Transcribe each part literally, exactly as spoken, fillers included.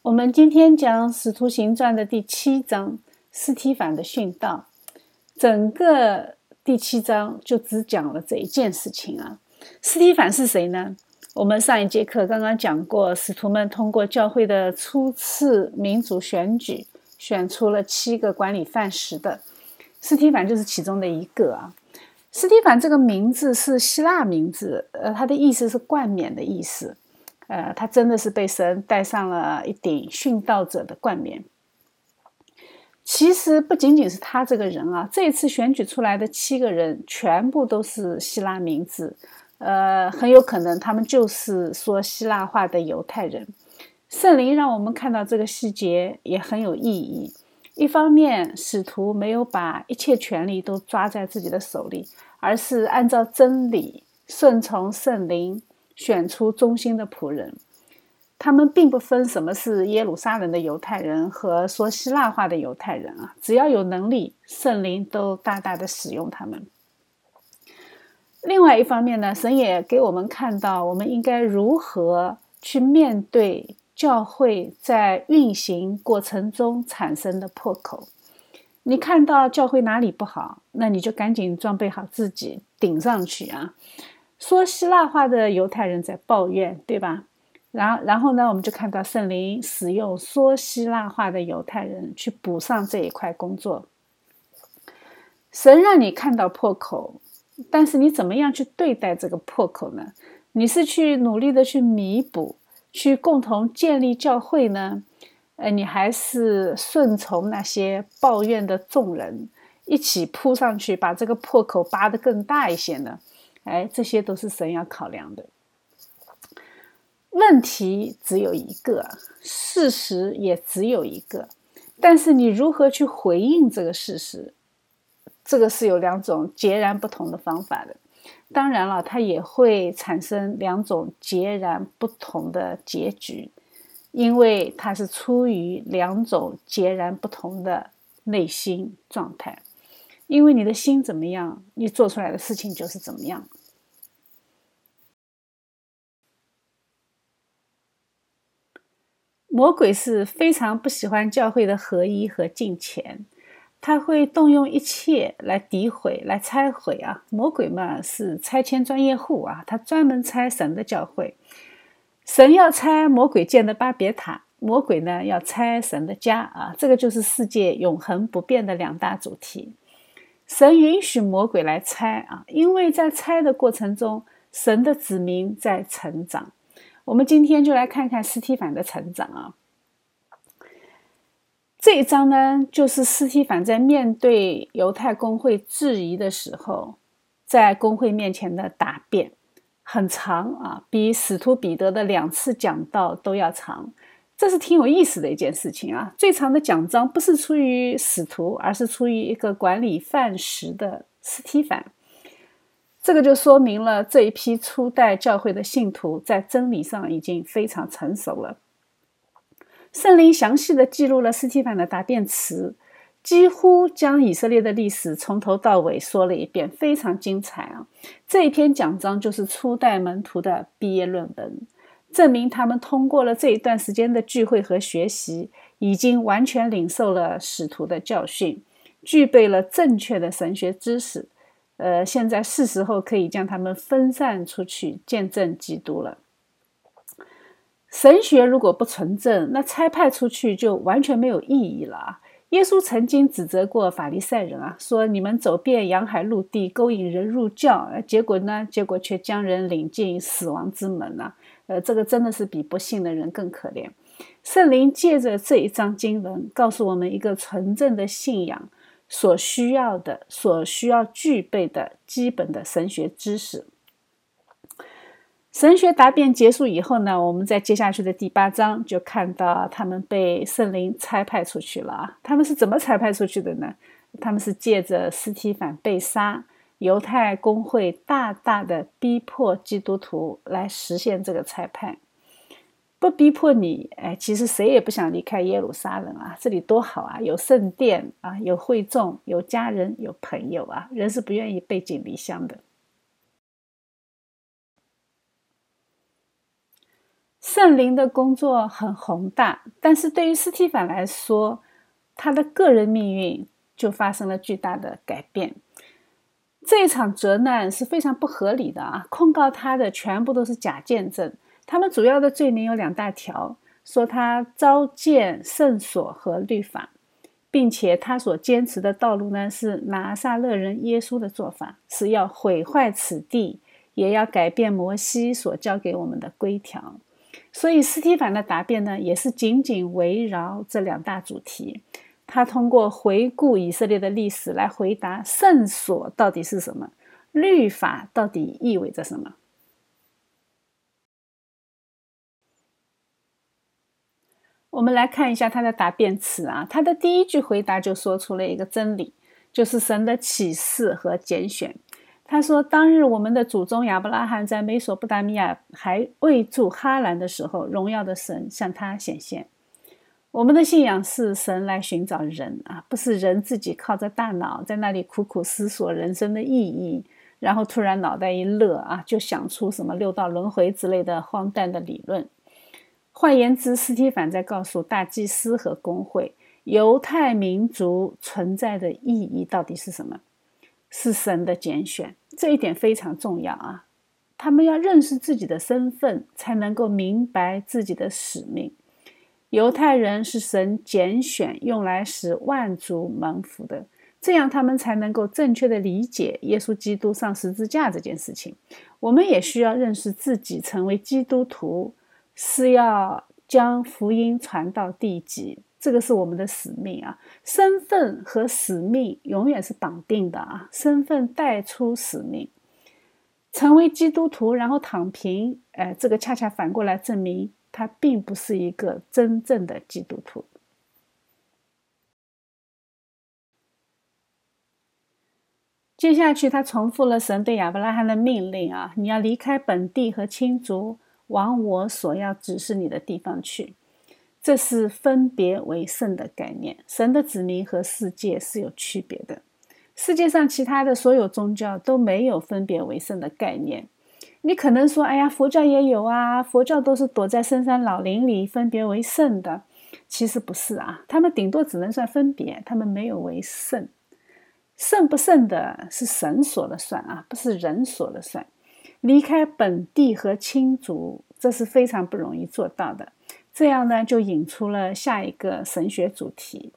我们今天讲《使徒行传》的第七章，司提反的殉道。整个第七章就只讲了这一件事情啊。司提反是谁呢？我们上一节课刚刚讲过，使徒们通过教会的初次民主选举，选出了七个管理饭食的，司提反就是其中的一个啊。司提反这个名字是希腊名字，呃，它的意思是冠冕的意思。呃，他真的是被神戴上了一顶殉道者的冠冕。其实不仅仅是他这个人啊，这一次选举出来的七个人全部都是希腊名字，呃，很有可能他们就是说希腊话的犹太人。圣灵让我们看到这个细节也很有意义。一方面，使徒没有把一切权力都抓在自己的手里，而是按照真理顺从圣灵，选出忠心的仆人。他们并不分什么是耶路撒冷的犹太人和说希腊话的犹太人啊，只要有能力，圣灵都大大的使用他们。另外一方面呢，神也给我们看到我们应该如何去面对教会在运行过程中产生的破口。你看到教会哪里不好，那你就赶紧装备好自己顶上去啊。说希腊话的犹太人在抱怨，对吧？然后，然后呢，我们就看到圣灵使用说希腊话的犹太人去补上这一块工作。神让你看到破口，但是你怎么样去对待这个破口呢？你是去努力的去弥补，去共同建立教会呢？呃，你还是顺从那些抱怨的众人，一起扑上去把这个破口扒得更大一些呢？哎，这些都是神要考量的。问题只有一个，事实也只有一个，但是你如何去回应这个事实，这个是有两种截然不同的方法的。当然了，它也会产生两种截然不同的结局，因为它是出于两种截然不同的内心状态。因为你的心怎么样，你做出来的事情就是怎么样。魔鬼是非常不喜欢教会的合一和敬虔，他会动用一切来诋毁、来拆毁啊！魔鬼嘛是拆迁专业户啊，他专门拆神的教会。神要拆魔鬼建的巴别塔，魔鬼呢要拆神的家啊！这个就是世界永恒不变的两大主题。神允许魔鬼来拆啊，因为在拆的过程中，神的子民在成长。我们今天就来看看司提反的成长啊。这一章呢，就是司提反在面对犹太公会质疑的时候，在公会面前的答辩，很长啊，比使徒彼得的两次讲道都要长。这是挺有意思的一件事情啊。最长的讲章不是出于使徒，而是出于一个管理饭食的司提反。这个就说明了这一批初代教会的信徒在真理上已经非常成熟了。圣灵详细的记录了司提反的答辩词，几乎将以色列的历史从头到尾说了一遍，非常精彩啊！这一篇讲章就是初代门徒的毕业论文，证明他们通过了这一段时间的聚会和学习，已经完全领受了使徒的教训，具备了正确的神学知识。呃，现在是时候可以将他们分散出去，见证基督了。神学如果不纯正，那差派出去就完全没有意义了啊！耶稣曾经指责过法利赛人啊，说你们走遍洋海陆地，勾引人入教，结果呢，结果却将人领进死亡之门啊！呃，这个真的是比不信的人更可怜。圣灵借着这一章经文，告诉我们一个纯正的信仰所需要的、所需要具备的基本的神学知识。神学答辩结束以后呢，我们在接下去的第八章就看到他们被圣灵差派出去了啊。他们是怎么差派出去的呢？他们是借着司提反被杀，犹太公会大大的逼迫基督徒来实现这个差派。不逼迫你，哎，其实谁也不想离开耶路撒冷啊，这里多好啊，有圣殿啊，有会众，有家人，有朋友啊，人是不愿意背井离乡的。 圣灵的工作很宏大，但是对于司提反来说，他的个人命运就发生了巨大的改变。这一场责难是非常不合理的啊！控告他的全部都是假见证，他们主要的罪名有两大条，说他糟践圣所和律法，并且他所坚持的道路呢，是拿撒勒人耶稣的做法，是要毁坏此地，也要改变摩西所教给我们的规条。所以司提反的答辩呢，也是紧紧围绕这两大主题。他通过回顾以色列的历史来回答圣所到底是什么，律法到底意味着什么。我们来看一下他的答辩词啊，他的第一句回答就说出了一个真理，就是神的启示和拣选。他说，当日我们的祖宗亚伯拉罕在美索不达米亚还未住哈兰的时候，荣耀的神向他显现。我们的信仰是神来寻找人啊，不是人自己靠着大脑在那里苦苦思索人生的意义，然后突然脑袋一热啊，就想出什么六道轮回之类的荒诞的理论。换言之，司提反在告诉大祭司和公会，犹太民族存在的意义到底是什么？是神的拣选，这一点非常重要啊！他们要认识自己的身份，才能够明白自己的使命。犹太人是神拣选用来使万族蒙福的，这样他们才能够正确的理解耶稣基督上十字架这件事情。我们也需要认识自己，成为基督徒是要将福音传到地极，这个是我们的使命啊！身份和使命永远是绑定的啊！身份带出使命，成为基督徒然后躺平，哎，这个恰恰反过来证明他并不是一个真正的基督徒。接下去他重复了神对亚伯拉罕的命令啊，你要离开本地和亲族，往我所要指示你的地方去。这是分别为圣的概念，神的子民和世界是有区别的。世界上其他的所有宗教都没有分别为圣的概念。你可能说，哎呀，佛教也有啊，佛教都是躲在深山老林里分别为圣的。其实不是啊，他们顶多只能算分别，他们没有为圣。圣不圣的是神说了算啊，不是人说了算。离开本地和亲族，这是非常不容易做到的。这样呢，就引出了下一个神学主题。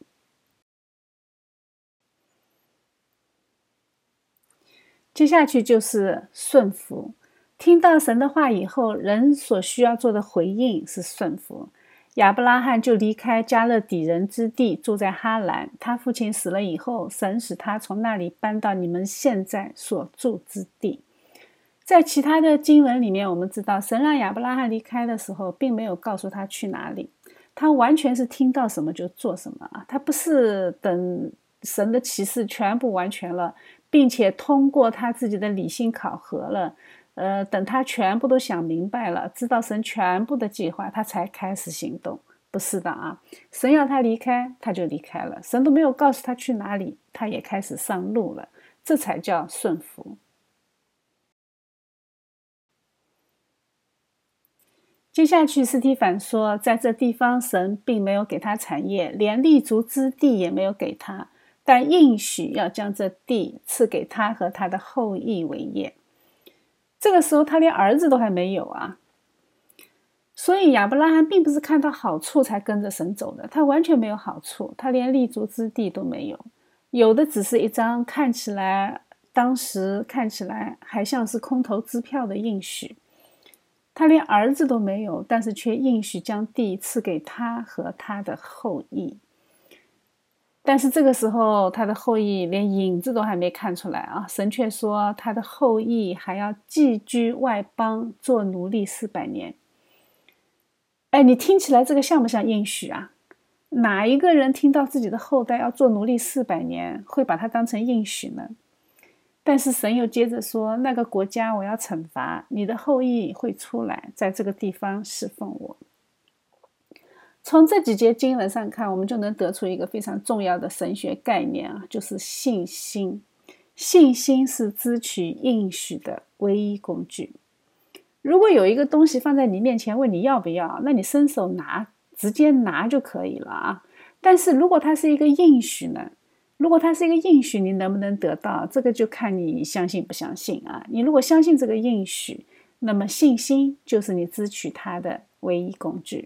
接下去就是顺服。听到神的话以后，人所需要做的回应是顺服。亚伯拉罕就离开迦勒底人之地，住在哈兰。他父亲死了以后，神使他从那里搬到你们现在所住之地。在其他的经文里面，我们知道神让亚伯拉罕离开的时候，并没有告诉他去哪里，他完全是听到什么就做什么啊，他不是等神的启示全部完全了，并且通过他自己的理性考核了，呃，等他全部都想明白了，知道神全部的计划，他才开始行动。不是的啊，神要他离开，他就离开了，神都没有告诉他去哪里，他也开始上路了，这才叫顺服。接下去司提反说，在这地方神并没有给他产业，连立足之地也没有给他，但应许要将这地赐给他和他的后裔为业。这个时候他连儿子都还没有啊，所以亚伯拉罕并不是看到好处才跟着神走的，他完全没有好处，他连立足之地都没有，有的只是一张看起来当时看起来还像是空头支票的应许。他连儿子都没有，但是却应许将地赐给他和他的后裔。但是这个时候他的后裔连影子都还没看出来啊，神却说他的后裔还要寄居外邦，做奴隶四百年。哎，你听起来这个像不像应许啊？哪一个人听到自己的后代要做奴隶四百年，会把它当成应许呢？但是神又接着说，那个国家我要惩罚，你的后裔会出来，在这个地方侍奉我。从这几节经文上看，我们就能得出一个非常重要的神学概念啊，就是信心。信心是支取应许的唯一工具。 如果有一个东西放在你面前问你要不要，那你伸手拿，直接拿就可以了啊。但是如果它是一个应许呢？如果它是一个应许，你能不能得到？这个就看你相信不相信啊。你如果相信这个应许，那么信心就是你支取它的唯一工具。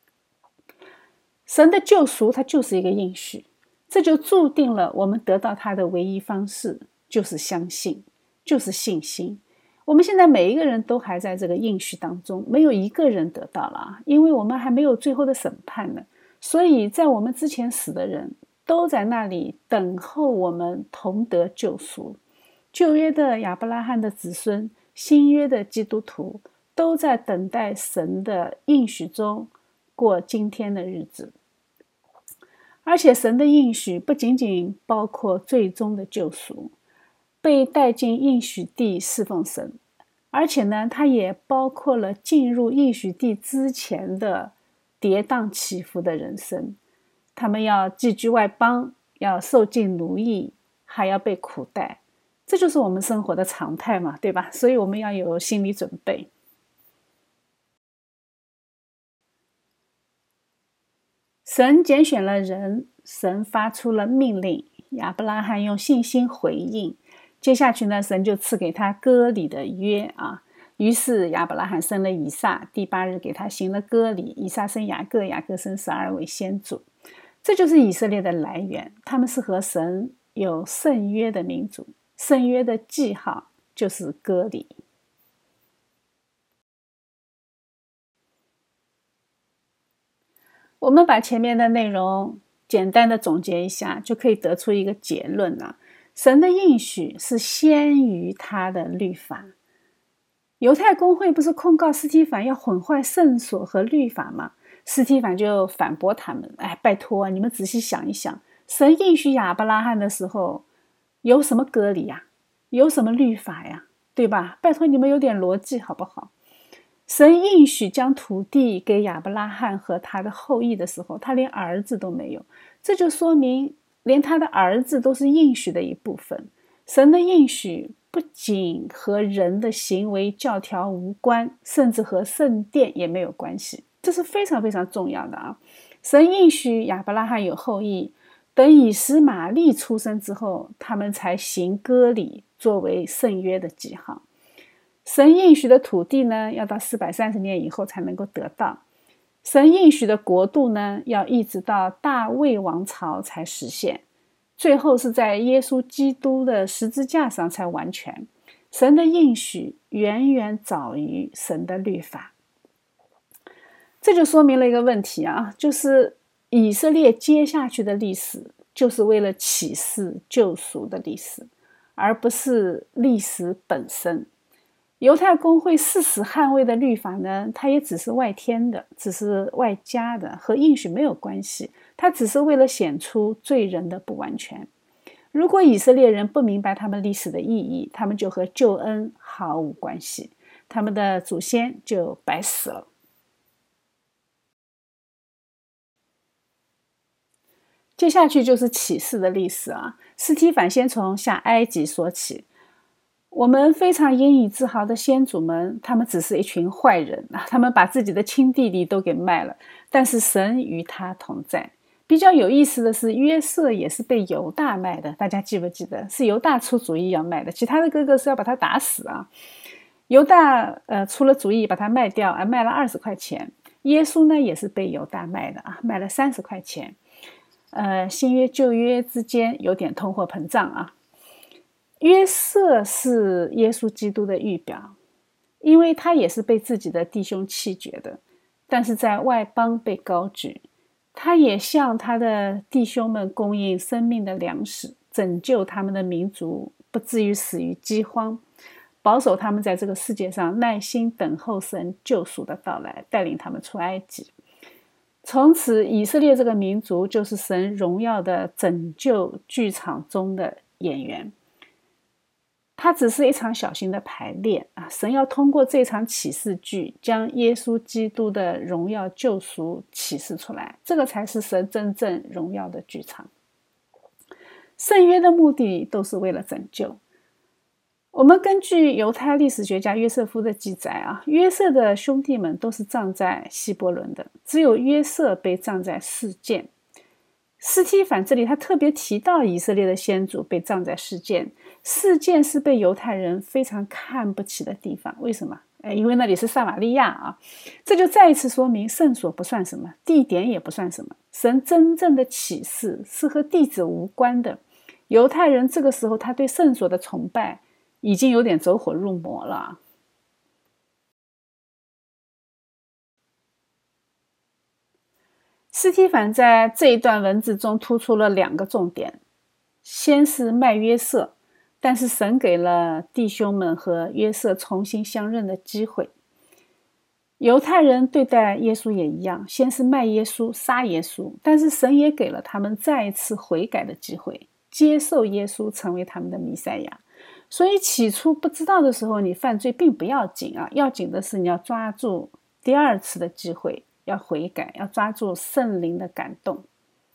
神的救赎它就是一个应许，这就注定了我们得到它的唯一方式就是相信，就是信心。我们现在每一个人都还在这个应许当中，没有一个人得到了，因为我们还没有最后的审判呢。所以在我们之前死的人都在那里等候我们同得救赎。旧约的亚伯拉罕的子孙，新约的基督徒都在等待神的应许中过今天的日子。而且神的应许不仅仅包括最终的救赎，被带进应许地侍奉神，而且呢，它也包括了进入应许地之前的跌宕起伏的人生。他们要寄居外邦，要受尽奴役，还要被苦待，这就是我们生活的常态嘛，对吧？所以我们要有心理准备。神拣选了人，神发出了命令，亚伯拉罕用信心回应。接下去呢，神就赐给他割礼的约啊。于是亚伯拉罕生了以撒，第八日给他行了割礼。以撒生雅各，雅各生十二位先祖。这就是以色列的来源，他们是和神有圣约的民族，圣约的记号就是割礼。我们把前面的内容简单的总结一下，就可以得出一个结论了。神的应许是先于他的律法。犹太公会不是控告司提反要混坏圣所和律法吗？司提反就反驳他们，哎，拜托你们仔细想一想，神应许亚伯拉罕的时候有什么割礼呀？有什么律法呀？对吧？拜托你们有点逻辑好不好？神应许将土地给亚伯拉罕和他的后裔的时候，他连儿子都没有，这就说明连他的儿子都是应许的一部分。神的应许不仅和人的行为教条无关，甚至和圣殿也没有关系，这是非常非常重要的啊！神应许亚伯拉罕有后裔，等以实玛利出生之后，他们才行割礼，作为圣约的记号。神应许的土地呢，要到四百三十年以后才能够得到。神应许的国度呢，要一直到大卫王朝才实现，最后是在耶稣基督的十字架上才完全。神的应许远远早于神的律法。这就说明了一个问题啊，就是以色列接下去的历史就是为了启示救赎的历史，而不是历史本身。犹太公会誓死捍卫的律法呢，它也只是外添的，只是外加的，和应许没有关系，它只是为了显出罪人的不完全。如果以色列人不明白他们历史的意义，他们就和救恩毫无关系，他们的祖先就白死了。接下去就是启示的历史啊，司提反先从下埃及说起。我们非常引以自豪的先祖们，他们只是一群坏人啊！他们把自己的亲弟弟都给卖了，但是神与他同在。比较有意思的是，约瑟也是被犹大卖的，大家记不记得？是犹大出主意要卖的，其他的哥哥是要把他打死啊。犹大呃出了主意把他卖掉，啊，卖了二十块钱。耶稣呢也是被犹大卖的啊，卖了三十块钱。呃，新约旧约之间有点通货膨胀啊。约瑟是耶稣基督的预表，因为他也是被自己的弟兄弃绝的，但是在外邦被高举。他也向他的弟兄们供应生命的粮食，拯救他们的民族不至于死于饥荒，保守他们在这个世界上耐心等候神救赎的到来，带领他们出埃及。从此以色列这个民族就是神荣耀的拯救剧场中的演员。它只是一场小型的排练啊！神要通过这场启示剧，将耶稣基督的荣耀救赎启示出来，这个才是神真正荣耀的剧场。圣约的目的都是为了拯救， 我们根据犹太历史学家约瑟夫的记载啊，约瑟的兄弟们都是葬在希伯伦的，只有约瑟被葬在示剑。司提反这里他特别提到以色列的先祖被葬在示剑，示剑是被犹太人非常看不起的地方。为什么？因为那里是撒玛利亚啊，这就再一次说明圣所不算什么，地点也不算什么，神真正的启示是和地址无关的。犹太人这个时候他对圣所的崇拜已经有点走火入魔了。司提反在这一段文字中突出了两个重点，先是卖约瑟，但是神给了弟兄们和约瑟重新相认的机会。犹太人对待耶稣也一样，先是卖耶稣，杀耶稣，但是神也给了他们再一次悔改的机会，接受耶稣成为他们的弥赛亚。所以起初不知道的时候，你犯罪并不要紧啊，要紧的是你要抓住第二次的机会，要悔改，要抓住圣灵的感动。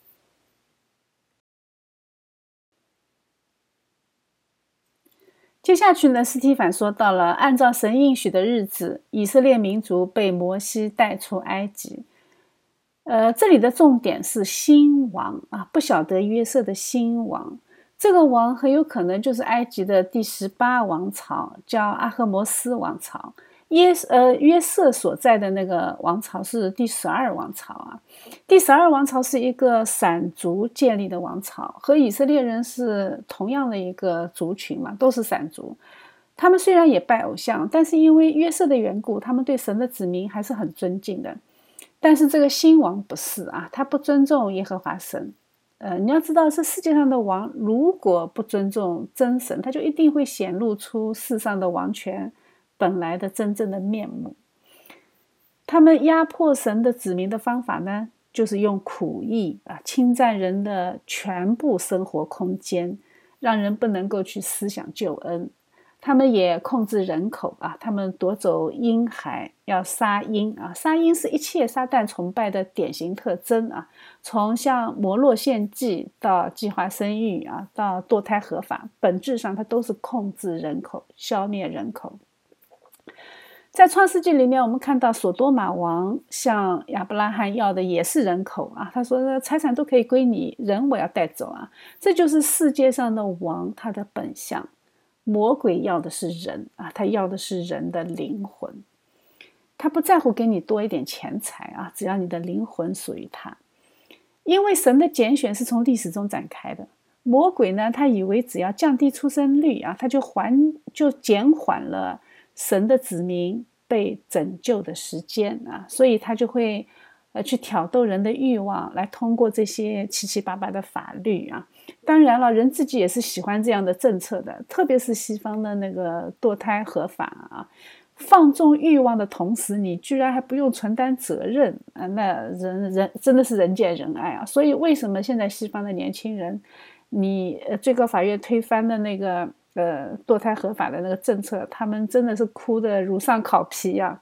接下去呢，司提反说到了按照神应许的日子，以色列民族被摩西带出埃及。呃，这里的重点是新王啊，不晓得约瑟的新王。这个王很有可能就是埃及的第十八王朝，叫阿赫摩斯王朝。耶呃约瑟所在的那个王朝是第十二王朝啊。第十二王朝是一个闪族建立的王朝，和以色列人是同样的一个族群嘛，都是闪族。他们虽然也拜偶像，但是因为约瑟的缘故，他们对神的子民还是很尊敬的。但是这个新王不是啊，他不尊重耶和华神。呃，你要知道，这世界上的王如果不尊重真神，他就一定会显露出世上的王权本来的真正的面目。他们压迫神的子民的方法呢，就是用苦役啊，侵占人的全部生活空间，让人不能够去思想救恩。他们也控制人口啊，他们夺走婴孩，要杀婴啊，杀婴是一切撒旦崇拜的典型特征啊。从像摩洛献祭到计划生育啊，到堕胎合法，本质上它都是控制人口，消灭人口。在创世纪里面，我们看到索多玛王向亚伯拉罕要的也是人口啊，他说财产都可以归你，人我要带走啊。这就是世界上的王他的本相。魔鬼要的是人啊，他要的是人的灵魂，他不在乎给你多一点钱财啊，只要你的灵魂属于他。因为神的拣选是从历史中展开的，魔鬼呢，他以为只要降低出生率啊，他就缓就减缓了神的子民被拯救的时间啊，所以他就会呃去挑逗人的欲望，来通过这些七七八八的法律啊。当然了，人自己也是喜欢这样的政策的，特别是西方的那个堕胎合法啊，放纵欲望的同时，你居然还不用承担责任啊，那人人真的是人见人爱啊。所以为什么现在西方的年轻人，你最高法院推翻的那个呃堕胎合法的那个政策，他们真的是哭得如上烤皮啊。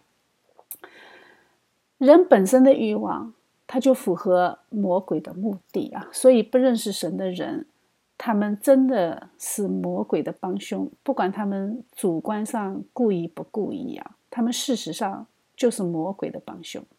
人本身的欲望它就符合魔鬼的目的啊，所以不认识神的人，他们真的是魔鬼的帮凶，不管他们主观上故意不故意啊，他们事实上就是魔鬼的帮凶。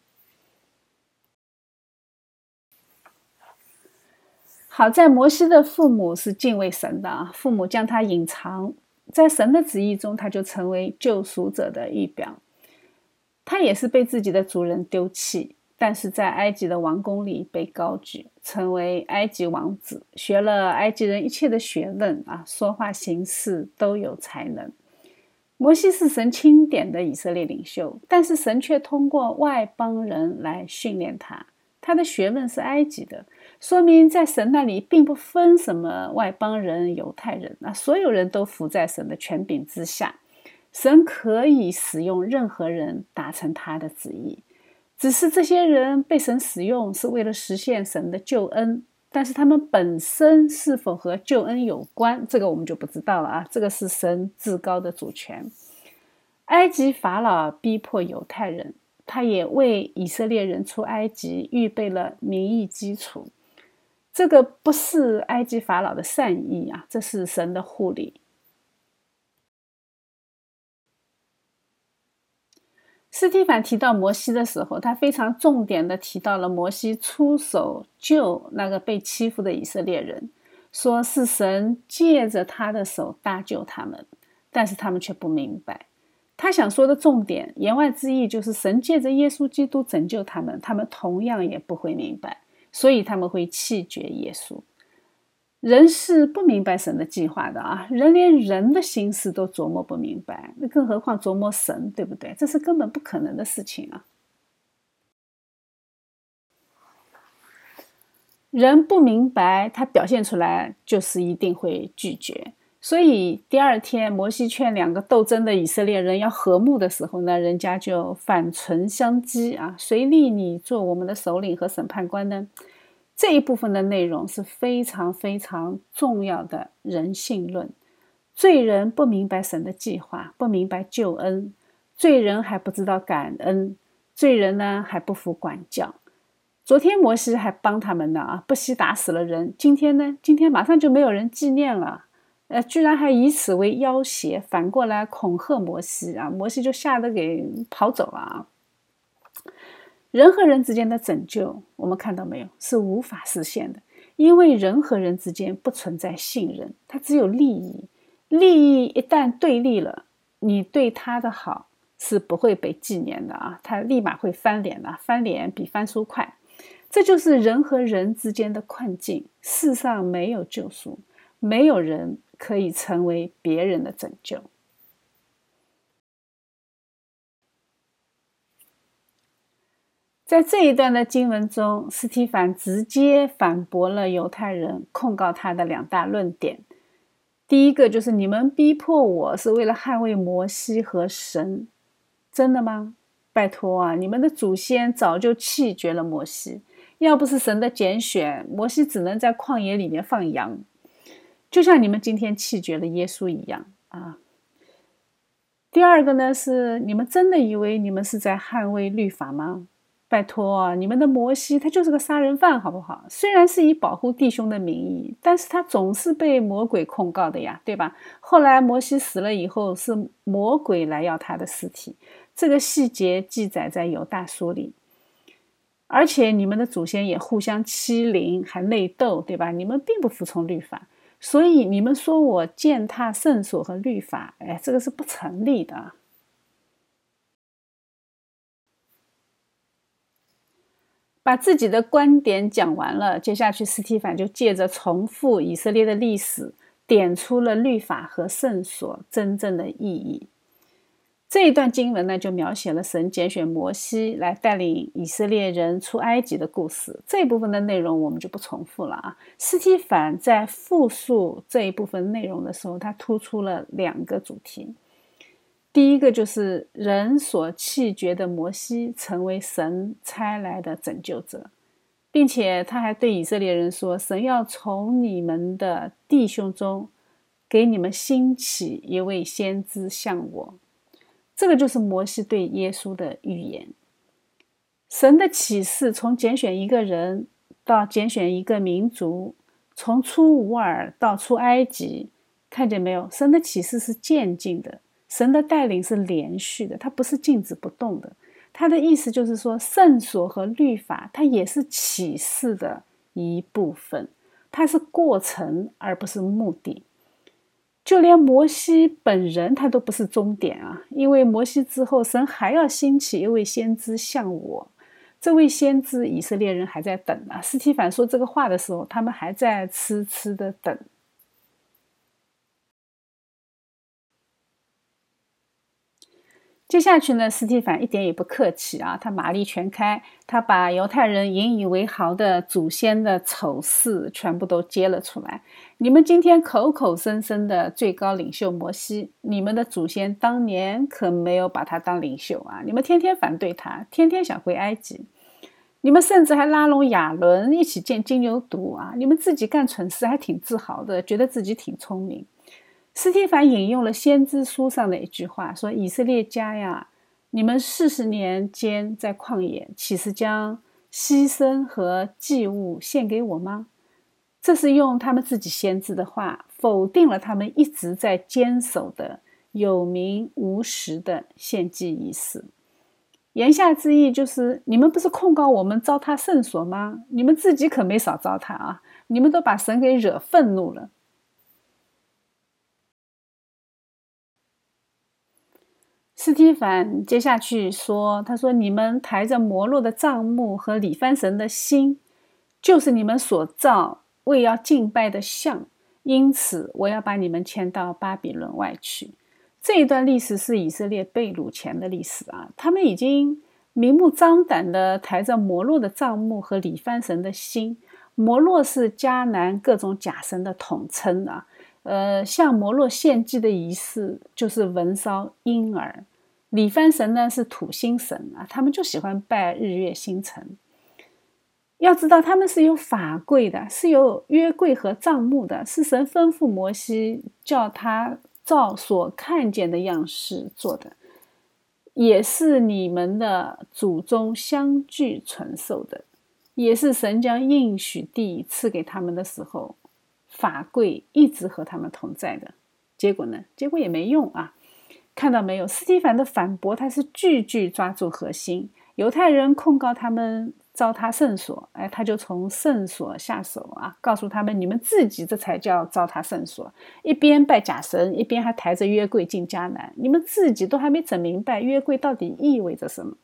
好在摩西的父母是敬畏神的啊，父母将他隐藏在神的旨意中，他就成为救赎者的预表。他也是被自己的主人丢弃，但是在埃及的王宫里被高举，成为埃及王子，学了埃及人一切的学问啊，说话行事都有才能。摩西是神钦点的以色列领袖，但是神却通过外邦人来训练他，他的学问是埃及的，说明在神那里并不分什么外邦人、犹太人啊，所有人都服在神的权柄之下。神可以使用任何人达成他的旨意，只是这些人被神使用是为了实现神的救恩，但是他们本身是否和救恩有关，这个我们就不知道了啊，这个是神至高的主权。埃及法老逼迫犹太人，他也为以色列人出埃及预备了民意基础，这个不是埃及法老的善意啊，这是神的护理。 司提反提到摩西的时候，他非常重点的提到了摩西出手救那个被欺负的以色列人，说是神借着他的手搭救他们，但是他们却不明白。他想说的重点言外之意就是神借着耶稣基督拯救他们，他们同样也不会明白，所以他们会弃绝耶稣。人是不明白神的计划的啊，人连人的心思都琢磨不明白，那更何况琢磨神，对不对？这是根本不可能的事情啊。人不明白，他表现出来就是一定会拒绝。所以第二天摩西劝两个斗争的以色列人要和睦的时候呢，人家就反唇相讥啊，谁立你做我们的首领和审判官呢？这一部分的内容是非常非常重要的人性论。罪人不明白神的计划，不明白救恩，罪人还不知道感恩，罪人呢还不服管教。昨天摩西还帮他们呢啊，不惜打死了人，今天呢，今天马上就没有人纪念了，呃，居然还以此为要挟，反过来恐吓摩西啊，摩西就吓得给跑走了啊。人和人之间的拯救，我们看到没有，是无法实现的，因为人和人之间不存在信任，它只有利益。利益一旦对立了，你对他的好是不会被纪念的啊，他立马会翻脸的，翻脸比翻书快。这就是人和人之间的困境，世上没有救赎，没有人可以成为别人的拯救。在这一段的经文中，司提反直接反驳了犹太人控告他的两大论点。第一个就是你们逼迫我是为了捍卫摩西和神，真的吗？拜托啊，你们的祖先早就弃绝了摩西，要不是神的拣选，摩西只能在旷野里面放羊，就像你们今天弃绝了耶稣一样啊。第二个呢，是你们真的以为你们是在捍卫律法吗？拜托啊，你们的摩西他就是个杀人犯好不好？虽然是以保护弟兄的名义，但是他总是被魔鬼控告的呀，对吧？后来摩西死了以后，是魔鬼来要他的尸体，这个细节记载在犹大书里。而且你们的祖先也互相欺凌，还内斗，对吧？你们并不服从律法，所以你们说我践踏圣所和律法，哎，这个是不成立的啊。把自己的观点讲完了，接下去司提反就借着重复以色列的历史，点出了律法和圣所真正的意义。这一段经文呢，就描写了神拣选摩西来带领以色列人出埃及的故事。这一部分的内容我们就不重复了啊。司提反在复述这一部分内容的时候，他突出了两个主题。第一个就是人所弃绝的摩西成为神差来的拯救者，并且他还对以色列人说，神要从你们的弟兄中给你们兴起一位先知像我。这个就是摩西对耶稣的预言。神的启示从拣选一个人到拣选一个民族，从出吾尔到出埃及，看见没有？神的启示是渐进的，神的带领是连续的，它不是静止不动的。它的意思就是说，圣所和律法它也是启示的一部分，它是过程而不是目的。就连摩西本人他都不是终点啊，因为摩西之后神还要兴起一位先知像我，这位先知以色列人还在等啊。司提反说这个话的时候，他们还在痴痴的等。接下去呢，司提反一点也不客气啊，他马力全开，他把犹太人引以为豪的祖先的丑事全部都揭了出来。你们今天口口声声的最高领袖摩西，你们的祖先当年可没有把他当领袖啊！你们天天反对他，天天想回埃及，你们甚至还拉拢亚伦一起建金牛犊啊！你们自己干蠢事还挺自豪的，觉得自己挺聪明。司提反引用了先知书上的一句话，说以色列家呀，你们四十年间在旷野，岂是将牺牲和祭物献给我吗？这是用他们自己先知的话否定了他们一直在坚守的有名无实的献祭仪式。 言下之意就是，你们不是控告我们糟蹋圣所吗？你们自己可没少糟蹋啊！你们都把神给惹愤怒了。斯提凡接下去说：“他说，你们抬着摩洛的帐幕和里番神的心，就是你们所造为要敬拜的像，因此我要把你们迁到巴比伦外去。”这一段历史是以色列被掳前的历史啊，他们已经明目张胆地抬着摩洛的帐幕和里番神的心。摩洛是迦南各种假神的统称啊，呃，向摩洛献祭的仪式就是焚烧婴儿。里番神呢是土星神啊，他们就喜欢拜日月星辰。要知道他们是有法柜的，是有约柜和帐幕的，是神吩咐摩西叫他照所看见的样式做的，也是你们的祖宗相继承受的，也是神将应许地赐给他们的时候，法柜一直和他们同在的。结果呢？结果也没用啊！看到没有？斯提凡的反驳，他是句句抓住核心。犹太人控告他们糟蹋圣所，哎，他就从圣所下手啊，告诉他们，你们自己这才叫糟蹋圣所，一边拜假神，一边还抬着约柜进迦南，你们自己都还没整明白约柜到底意味着什么。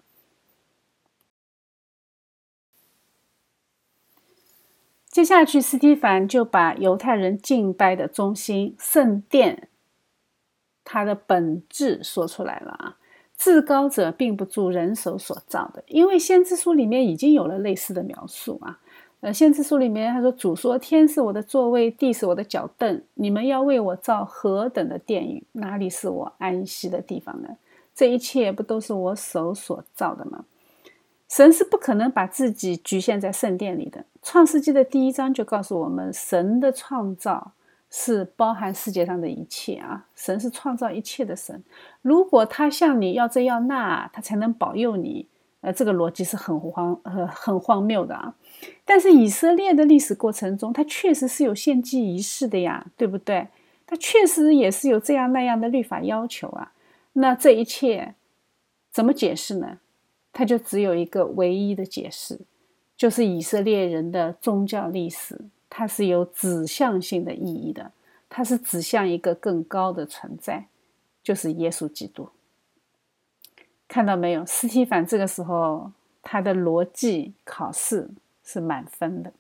接下去，斯提凡就把犹太人敬拜的中心圣殿它的本质说出来了啊！至高者并不住人手所造的，因为先知书里面已经有了类似的描述啊。呃，先知书里面他说：“主说，天是我的座位，地是我的脚凳，你们要为我造何等的殿宇，哪里是我安息的地方呢？这一切不都是我手所造的吗？”神是不可能把自己局限在圣殿里的。创世纪的第一章就告诉我们，神的创造是包含世界上的一切啊！神是创造一切的神，如果他向你要这要那，他才能保佑你，呃，这个逻辑是很荒呃很荒谬的啊！但是以色列的历史过程中，它确实是有献祭仪式的呀，对不对？它确实也是有这样那样的律法要求啊。那这一切怎么解释呢？它就只有一个唯一的解释，就是以色列人的宗教历史。它是有指向性的意义的，它是指向一个更高的存在，就是耶稣基督。看到没有？斯提凡这个时候他的逻辑考试是满分的。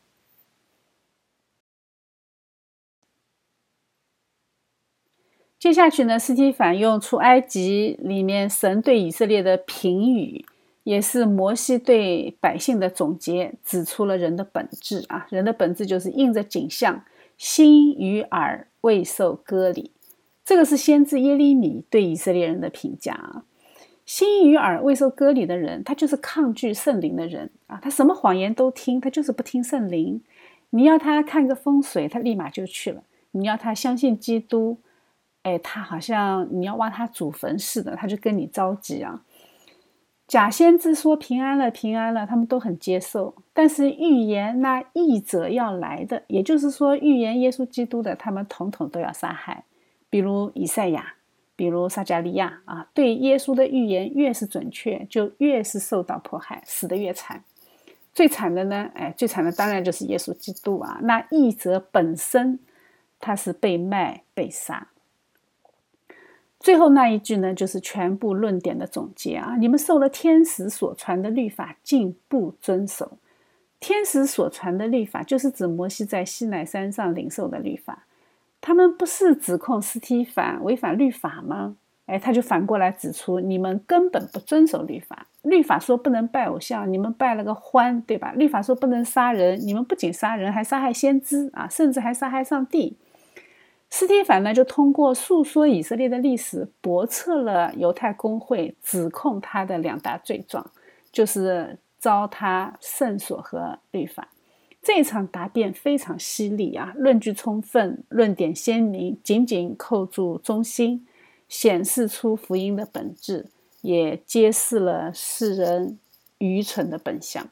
接下去呢，斯提凡用出埃及里面神对以色列的评语，也是摩西对百姓的总结，指出了人的本质啊，人的本质就是应着景象，心与耳未受割礼。这个是先知耶利米对以色列人的评价啊。心与耳未受割礼的人，他就是抗拒圣灵的人啊，他什么谎言都听，他就是不听圣灵。你要他看个风水，他立马就去了；你要他相信基督，哎，他好像你要挖他祖坟似的，他就跟你着急啊。假先知说平安了，平安了，他们都很接受。但是预言那义者要来的，也就是说预言耶稣基督的，他们统统都要杀害。比如以赛亚，比如撒迦利亚啊，对耶稣的预言越是准确，就越是受到迫害，死得越惨。最惨的呢，哎，最惨的当然就是耶稣基督啊。那义者本身，他是被卖被杀。最后那一句呢，就是全部论点的总结啊！你们受了天使所传的律法，竟不遵守。天使所传的律法，就是指摩西在西乃山上领受的律法。他们不是指控斯提凡违反律法吗？哎，他就反过来指出，你们根本不遵守律法。律法说不能拜偶像，你们拜了个欢，对吧？律法说不能杀人，你们不仅杀人，还杀害先知啊，甚至还杀害上帝。斯提凡呢，就通过诉说以色列的历史，驳斥了犹太公会指控他的两大罪状，就是糟蹋圣所和律法。这一场答辩非常犀利啊，论据充分，论点鲜明，紧紧扣住中心，显示出福音的本质，也揭示了世人愚蠢的本相。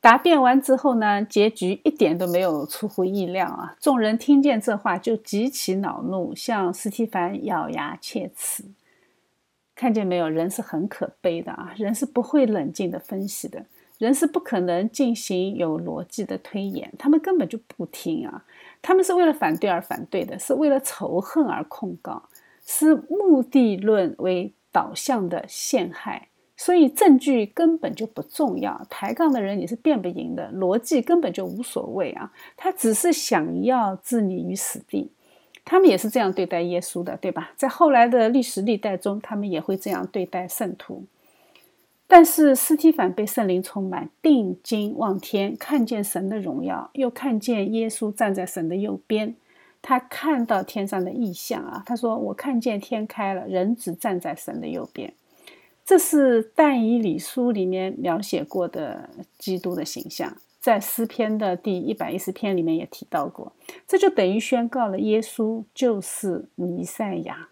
答辩完之后呢，结局一点都没有出乎意料啊！众人听见这话就极其恼怒，向司提反咬牙切齿。看见没有，人是很可悲的啊！人是不会冷静的分析的，人是不可能进行有逻辑的推演，他们根本就不听啊！他们是为了反对而反对的，是为了仇恨而控告，是目的论为导向的陷害。所以证据根本就不重要，抬杠的人你是辩不赢的，逻辑根本就无所谓啊！他只是想要置你于死地。他们也是这样对待耶稣的，对吧？在后来的历史历代中，他们也会这样对待圣徒。但是司提反被圣灵充满，定睛望天，看见神的荣耀，又看见耶稣站在神的右边。他看到天上的异象啊，他说：“我看见天开了，人子站在神的右边。”这是但以理书里面描写过的基督的形象，在诗篇的第一百一十篇里面也提到过。这就等于宣告了耶稣就是弥赛亚。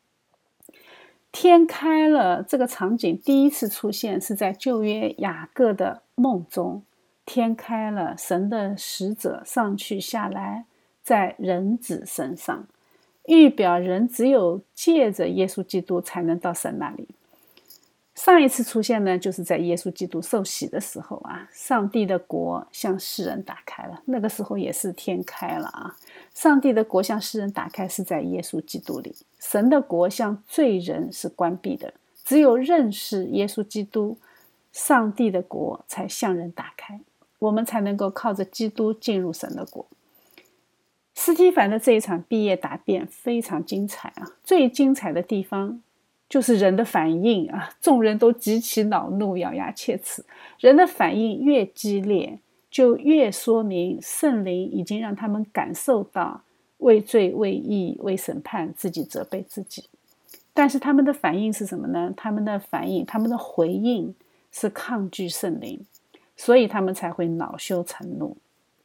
天开了这个场景第一次出现是在旧约雅各的梦中，天开了，神的使者上去下来，在人子身上，预表人只有借着耶稣基督才能到神那里。上一次出现呢，就是在耶稣基督受洗的时候啊，上帝的国向世人打开了，那个时候也是天开了啊。上帝的国向世人打开是在耶稣基督里，神的国向罪人是关闭的，只有认识耶稣基督，上帝的国才向人打开，我们才能够靠着基督进入神的国。司提反的这一场毕业答辩非常精彩啊，最精彩的地方就是人的反应啊，众人都极其恼怒，咬牙切齿。人的反应越激烈，就越说明圣灵已经让他们感受到为罪、为义、为审判，自己责备自己。但是他们的反应是什么呢？他们的反应，他们的回应是抗拒圣灵，所以他们才会恼羞成怒。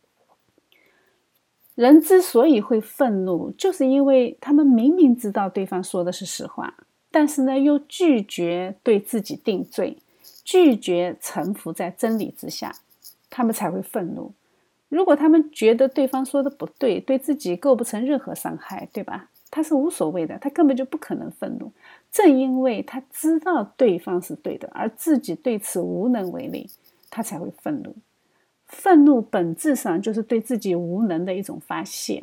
人之所以会愤怒，就是因为他们明明知道对方说的是实话，但是呢，又拒绝对自己定罪，拒绝臣服在真理之下，他们才会愤怒。如果他们觉得对方说的不对，对自己构不成任何伤害，对吧？他是无所谓的，他根本就不可能愤怒。正因为他知道对方是对的，而自己对此无能为力，他才会愤怒。愤怒本质上就是对自己无能的一种发泄。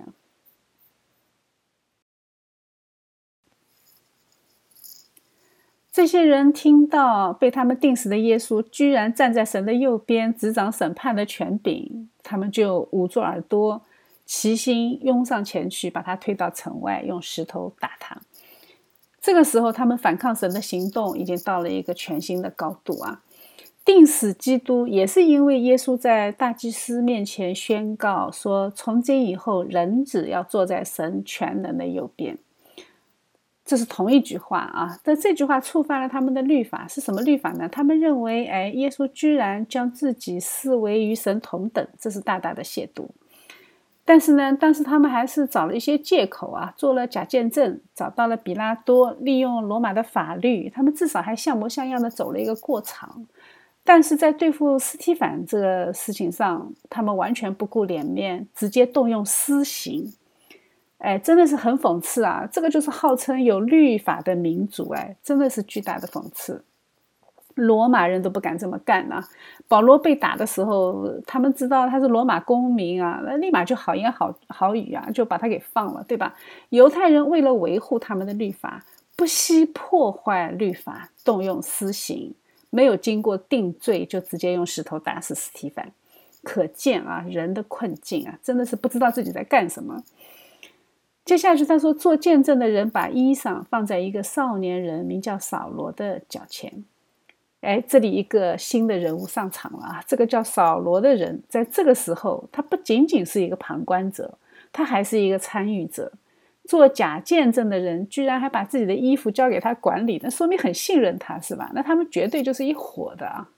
这些人听到被他们钉死的耶稣居然站在神的右边，执掌审判的权柄，他们就捂住耳朵，齐心拥上前去，把他推到城外，用石头打他。这个时候他们反抗神的行动已经到了一个全新的高度啊！钉死基督也是因为耶稣在大祭司面前宣告说，从今以后人子要坐在神全能的右边。这是同一句话啊，但这句话触犯了他们的律法。是什么律法呢？他们认为哎，耶稣居然将自己视为与神同等，这是大大的亵渎。但是呢，当时他们还是找了一些借口啊，做了假见证，找到了比拉多，利用罗马的法律，他们至少还像模像样的走了一个过场。但是在对付司提反这个事情上，他们完全不顾脸面，直接动用私刑。哎，真的是很讽刺啊！这个就是号称有律法的民族，哎，真的是巨大的讽刺。罗马人都不敢这么干啊！保罗被打的时候，他们知道他是罗马公民啊，那立马就好言好好语啊，就把他给放了，对吧？犹太人为了维护他们的律法，不惜破坏律法，动用私刑，没有经过定罪就直接用石头打死司提反。可见啊，人的困境啊，真的是不知道自己在干什么。接下去他说，做见证的人把衣裳放在一个少年人名叫扫罗的脚前。哎，这里一个新的人物上场了啊！这个叫扫罗的人，在这个时候，他不仅仅是一个旁观者，他还是一个参与者。做假见证的人居然还把自己的衣服交给他管理，那说明很信任他，是吧？那他们绝对就是一伙的啊！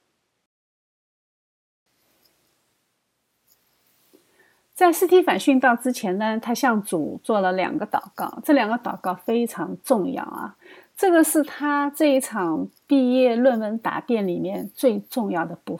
在司提反殉道之前呢，他向主做了两个祷告，这两个祷告非常重要啊！这个是他这一场毕业论文答辩里面最重要的部分。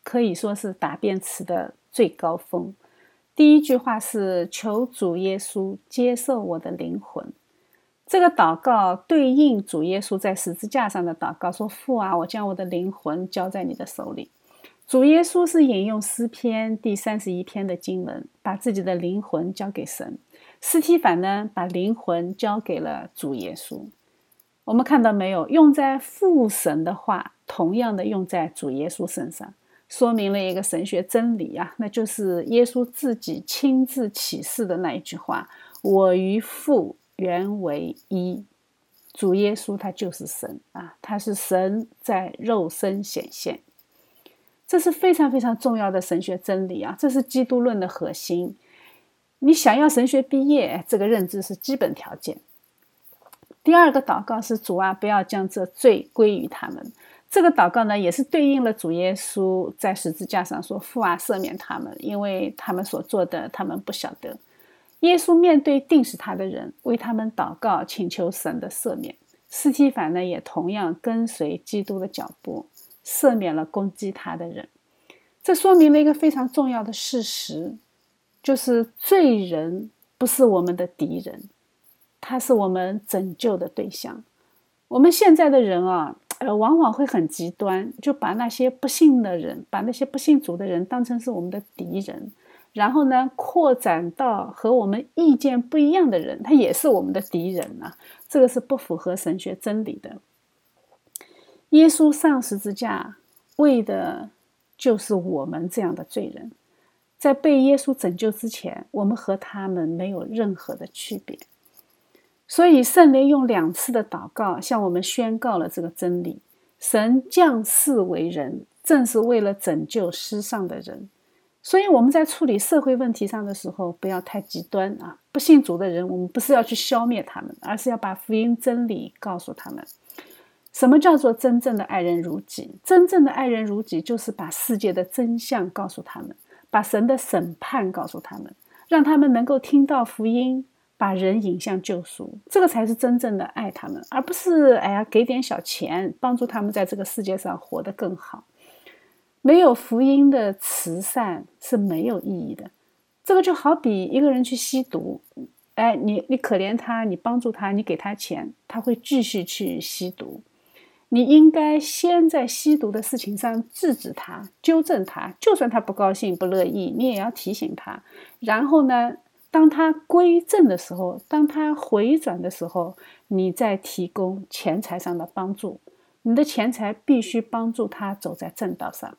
可以说是答辩词的最高峰。第一句话是求主耶稣接受我的灵魂，这个祷告对应主耶稣在十字架上的祷告，说父啊，我将我的灵魂交在你的手里。主耶稣是引用诗篇第三十一篇的经文，把自己的灵魂交给神。司提反呢，把灵魂交给了主耶稣。我们看到没有，用在父神的话同样的用在主耶稣身上，说明了一个神学真理啊，那就是耶稣自己亲自启示的那一句话，我与父原为一。主耶稣他就是神啊，他是神在肉身显现。这是非常非常重要的神学真理啊，这是基督论的核心。你想要神学毕业，这个认知是基本条件。第二个祷告是主啊，不要将这罪归于他们。这个祷告呢，也是对应了主耶稣在十字架上说父啊，赦免他们，因为他们所做的他们不晓得。耶稣面对定死他的人，为他们祷告，请求神的赦免。司提反呢，也同样跟随基督的脚步，赦免了攻击他的人。这说明了一个非常重要的事实，就是罪人不是我们的敌人，他是我们拯救的对象。我们现在的人啊，呃，往往会很极端，就把那些不信的人，把那些不信主的人当成是我们的敌人，然后呢，扩展到和我们意见不一样的人，他也是我们的敌人啊，这个是不符合神学真理的。耶稣上十字架为的就是我们这样的罪人，在被耶稣拯救之前，我们和他们没有任何的区别。所以圣灵用两次的祷告向我们宣告了这个真理，神降世为人，正是为了拯救世上的人。所以我们在处理社会问题上的时候，不要太极端啊！不信主的人，我们不是要去消灭他们，而是要把福音真理告诉他们。什么叫做真正的爱人如己？真正的爱人如己，就是把世界的真相告诉他们，把神的审判告诉他们，让他们能够听到福音，把人引向救赎。这个才是真正的爱他们，而不是哎呀给点小钱，帮助他们在这个世界上活得更好。没有福音的慈善是没有意义的。这个就好比一个人去吸毒，哎，你你可怜他，你帮助他，你给他钱，他会继续去吸毒。你应该先在吸毒的事情上制止他，纠正他，就算他不高兴不乐意，你也要提醒他。然后呢，当他归正的时候，当他回转的时候，你再提供钱财上的帮助。你的钱财必须帮助他走在正道上。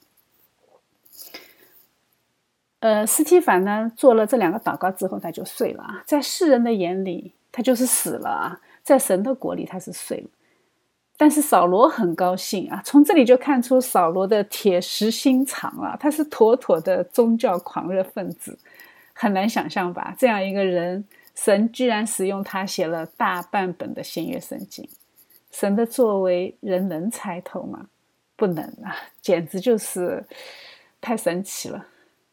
呃，司提反呢做了这两个祷告之后，他就睡了啊。在世人的眼里，他就是死了啊；在神的国里，他是睡了。但是扫罗很高兴啊，从这里就看出扫罗的铁石心肠啊，他是妥妥的宗教狂热分子。很难想象吧，这样一个人，神居然使用他写了大半本的新约圣经。神的作为人能猜透吗？不能啊，简直就是太神奇了。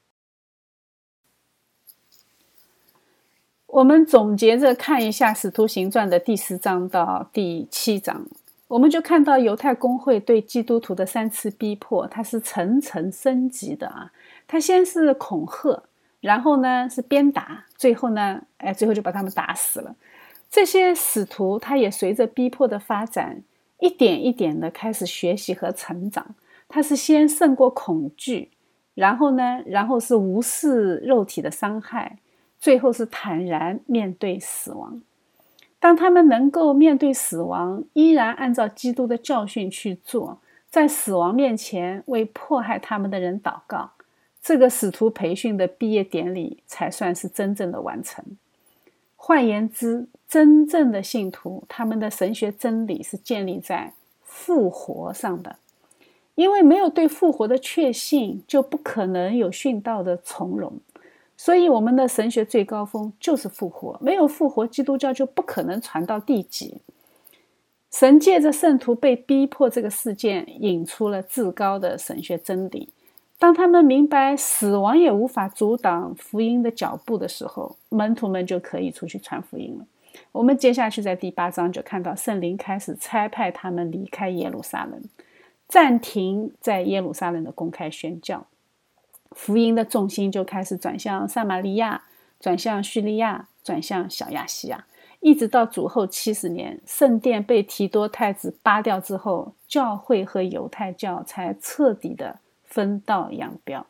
我们总结着看一下《使徒行传》的第四章到第七章，我们就看到犹太公会对基督徒的三次逼迫，它是层层升级的啊。它先是恐吓，然后呢是鞭打，最后呢，哎，最后就把他们打死了。这些使徒他也随着逼迫的发展，一点一点的开始学习和成长。他是先胜过恐惧，然后呢，然后是无视肉体的伤害，最后是坦然面对死亡。当他们能够面对死亡，依然按照基督的教训去做，在死亡面前为迫害他们的人祷告，这个使徒培训的毕业典礼才算是真正的完成。换言之，真正的信徒，他们的神学真理是建立在复活上的。因为没有对复活的确信，就不可能有殉道的从容。所以我们的神学最高峰就是复活，没有复活，基督教就不可能传到地极。神借着圣徒被逼迫这个事件，引出了至高的神学真理。当他们明白死亡也无法阻挡福音的脚步的时候，门徒们就可以出去传福音了。我们接下去在第八章就看到圣灵开始差派他们离开耶路撒冷。 暂停在耶路撒冷的公开宣教，福音的重心就开始转向撒玛利亚，转向叙利亚，转向小亚细亚，一直到主后七十年，圣殿被提多太子扒掉之后，教会和犹太教才彻底的分道扬镳。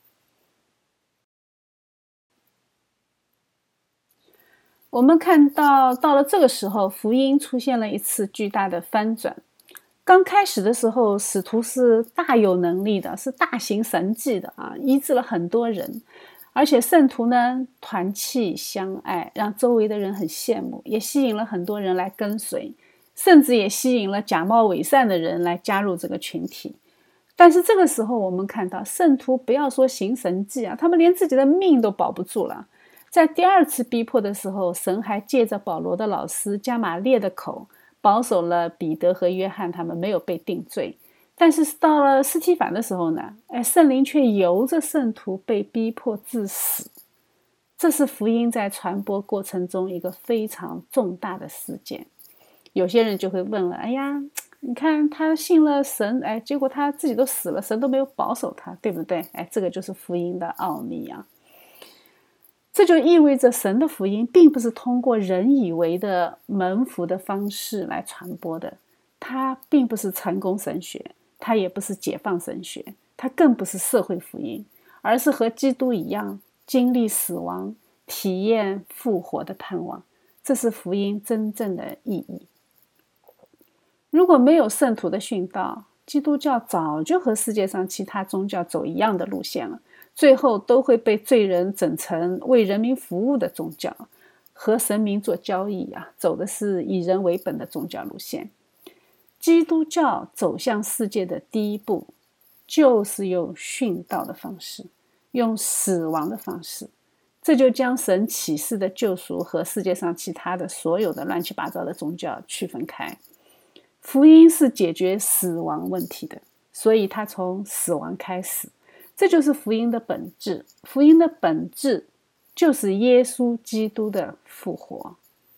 我们看到，到了这个时候，福音出现了一次巨大的翻转。刚开始的时候，使徒是大有能力的，是大行神迹的啊，医治了很多人，而且圣徒呢团契相爱，让周围的人很羡慕，也吸引了很多人来跟随，甚至也吸引了假冒伪善的人来加入这个群体。但是这个时候，我们看到圣徒不要说行神迹啊，他们连自己的命都保不住了。在第二次逼迫的时候，神还借着保罗的老师加玛列的口保守了彼得和约翰，他们没有被定罪。但是到了司提反的时候呢，哎，圣灵却由着圣徒被逼迫致死。这是福音在传播过程中一个非常重大的事件。有些人就会问了，哎呀，你看他信了神，哎，结果他自己都死了，神都没有保守他，对不对？哎，这个就是福音的奥秘啊。这就意味着神的福音并不是通过人以为的门福的方式来传播的，它并不是成功神学，它也不是解放神学，它更不是社会福音，而是和基督一样经历死亡，体验复活的盼望。这是福音真正的意义。如果没有圣徒的殉道，基督教早就和世界上其他宗教走一样的路线了，最后都会被罪人整成为人民服务的宗教，和神明做交易啊，走的是以人为本的宗教路线。基督教走向世界的第一步，就是用殉道的方式，用死亡的方式，这就将神启示的救赎和世界上其他的所有的乱七八糟的宗教区分开。福音是解决死亡问题的，所以它从死亡开始，这就是福音的本质。福音的本质就是耶稣基督的复活。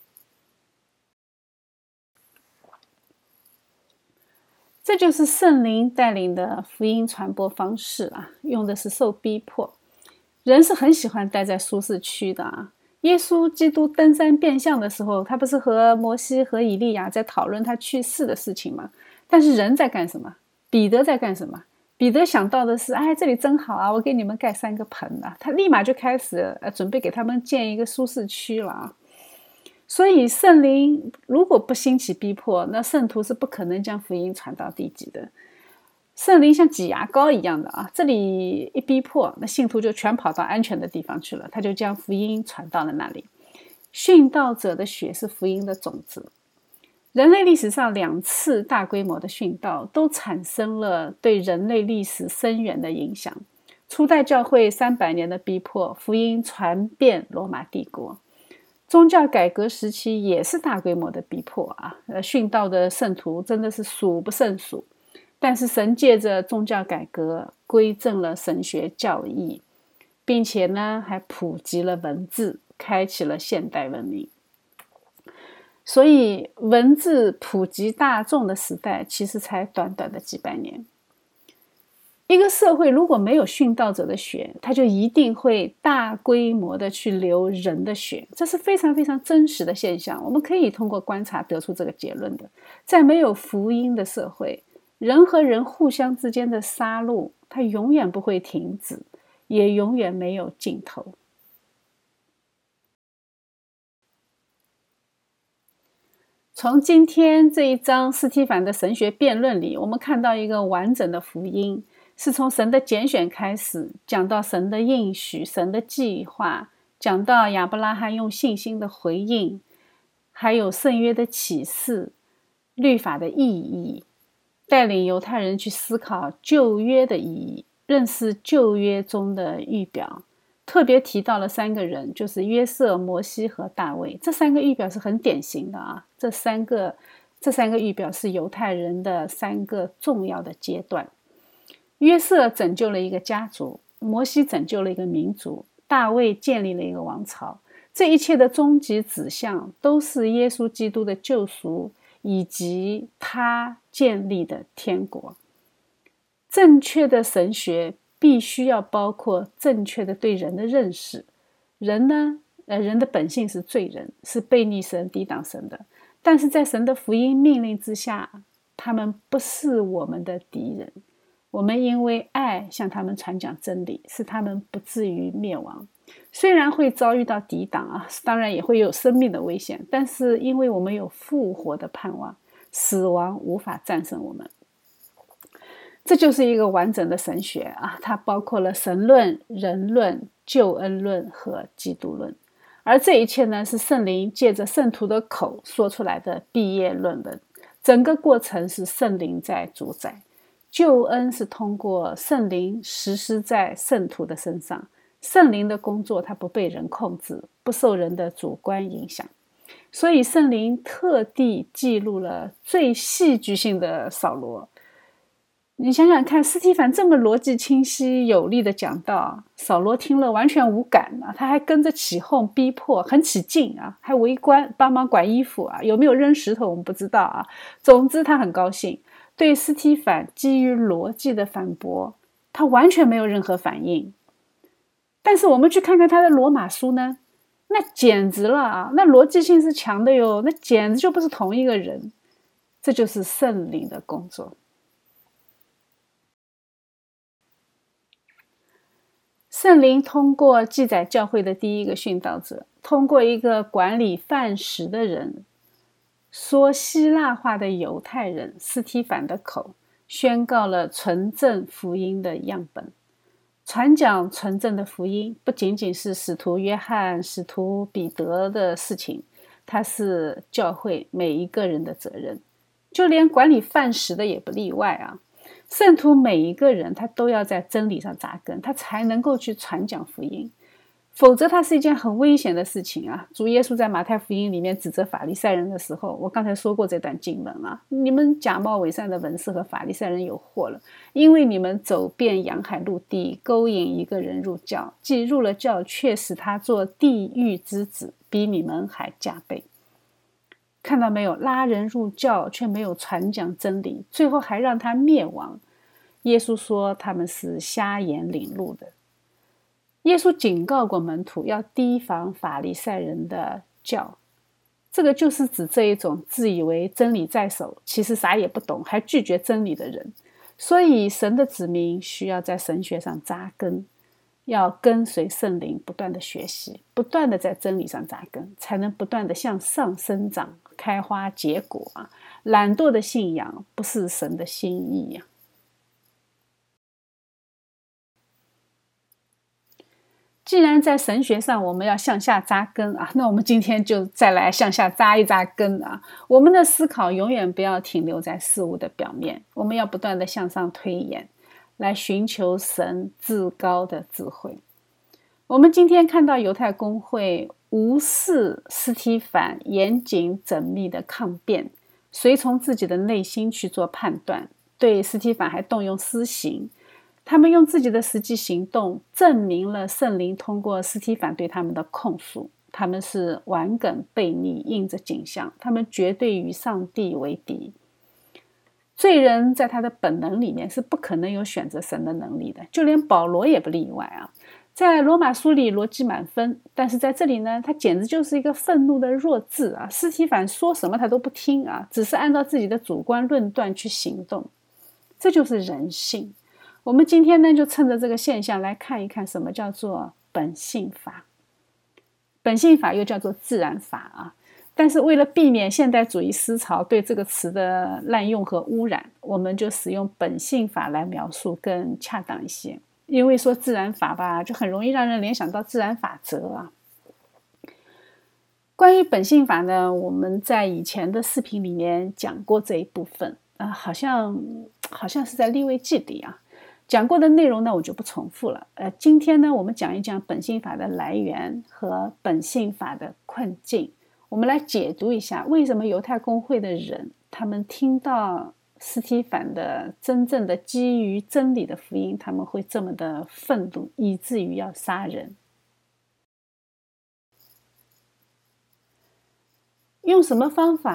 这就是圣灵带领的福音传播方式啊，用的是受逼迫。人是很喜欢待在舒适区的啊。耶稣基督登山变相的时候，他不是和摩西和以利亚在讨论他去世的事情吗？但是人在干什么？彼得在干什么？彼得想到的是，哎，这里真好啊，我给你们盖三个棚啊。他立马就开始呃准备给他们建一个舒适区了啊。所以圣灵如果不兴起逼迫，那圣徒是不可能将福音传到地极的。圣灵像挤牙膏一样的啊，这里一逼迫，那信徒就全跑到安全的地方去了，他就将福音传到了那里。殉道者的血是福音的种子。人类历史上两次大规模的殉道都产生了对人类历史深远的影响。初代教会三百年的逼迫，福音传遍罗马帝国。宗教改革时期也是大规模的逼迫啊，呃，殉道的圣徒真的是数不胜数。但是神借着宗教改革归正了神学教义，并且呢还普及了文字，开启了现代文明。所以文字普及大众的时代其实才短短的几百年。一个社会如果没有殉道者的血，它就一定会大规模的去流人的血，这是非常非常真实的现象，我们可以通过观察得出这个结论的。在没有福音的社会，人和人互相之间的杀戮，它永远不会停止，也永远没有尽头。从今天这一章司提反的神学辩论里，我们看到一个完整的福音，是从神的拣选开始，讲到神的应许，神的计划，讲到亚伯拉罕用信心的回应，还有圣约的启示，律法的意义，带领犹太人去思考旧约的意义，认识旧约中的预表。特别提到了三个人，就是约瑟、摩西和大卫。这三个预表是很典型的啊，这三个这三个预表是犹太人的三个重要的阶段。约瑟拯救了一个家族，摩西拯救了一个民族，大卫建立了一个王朝。这一切的终极指向都是耶稣基督的救赎以及他建立的天国。 正确的神学必须要包括正确的对人的认识。人呢，呃，人的本性是罪人，是背逆神、抵挡神的。但是在神的福音命令之下，他们不是我们的敌人。我们因为爱向他们传讲真理，使他们不至于灭亡。虽然会遭遇到抵挡啊，当然也会有生命的危险，但是因为我们有复活的盼望，死亡无法战胜我们。这就是一个完整的神学啊，它包括了神论、人论、救恩论和基督论。而这一切呢，是圣灵借着圣徒的口说出来的毕业论文。整个过程是圣灵在主宰，救恩是通过圣灵实施在圣徒的身上。圣灵的工作它不被人控制，不受人的主观影响，所以圣灵特地记录了最戏剧性的扫罗。你想想看，司提反这么逻辑清晰有力的讲道，扫罗听了完全无感啊，他还跟着起哄逼迫，很起劲啊，还围观帮忙管衣服啊，有没有扔石头我们不知道啊。总之他很高兴，对司提反基于逻辑的反驳，他完全没有任何反应。但是我们去看看他的罗马书呢，那简直了啊，那逻辑性是强的哟，那简直就不是同一个人。这就是圣灵的工作。圣灵通过记载教会的第一个殉道者，通过一个管理饭食的人，说希腊话的犹太人司提反的口，宣告了纯正福音的样本。传讲纯正的福音不仅仅是使徒约翰、使徒彼得的事情，它是教会每一个人的责任，就连管理饭食的也不例外啊。圣徒每一个人他都要在真理上扎根，他才能够去传讲福音，否则它是一件很危险的事情啊。主耶稣在马太福音里面指责法利赛人的时候，我刚才说过这段经文啊，你们假冒伪善的文士和法利赛人有祸了，因为你们走遍洋海陆地，勾引一个人入教，既入了教，却使他做地狱之子，比你们还加倍。看到没有，拉人入教却没有传讲真理，最后还让他灭亡。耶稣说他们是瞎眼领路的。耶稣警告过门徒要提防法利赛人的教，这个就是指这一种自以为真理在手，其实啥也不懂，还拒绝真理的人。所以神的子民需要在神学上扎根，要跟随圣灵不断的学习，不断的在真理上扎根，才能不断的向上生长，开花结果啊！懒惰的信仰不是神的心意啊。既然在神学上我们要向下扎根啊，那我们今天就再来向下扎一扎根啊！我们的思考永远不要停留在事物的表面，我们要不断的向上推演，来寻求神至高的智慧。我们今天看到犹太公会无视司提反严谨缜密的抗辩，随从自己的内心去做判断，对司提反还动用私刑。他们用自己的实际行动证明了圣灵通过司提反对他们的控诉，他们是顽梗悖逆，印着景象，他们绝对与上帝为敌。罪人在他的本能里面是不可能有选择神的能力的，就连保罗也不例外啊。在罗马书里逻辑满分，但是在这里呢，他简直就是一个愤怒的弱智啊！司提反说什么他都不听啊，只是按照自己的主观论断去行动，这就是人性。我们今天呢，就趁着这个现象来看一看什么叫做本性法。本性法又叫做自然法啊。但是为了避免现代主义思潮对这个词的滥用和污染，我们就使用本性法来描述更恰当一些。因为说自然法吧，就很容易让人联想到自然法则啊。关于本性法呢，我们在以前的视频里面讲过这一部分啊、呃，好像好像是在利未记里啊。讲过的内容呢，我就不重复了。呃，今天呢，我们讲一讲本性法的来源和本性法的困境。我们来解读一下，为什么犹太公会的人，他们听到司提反的真正的基于真理的福音，他们会这么的愤怒，以至于要杀人。用什么方法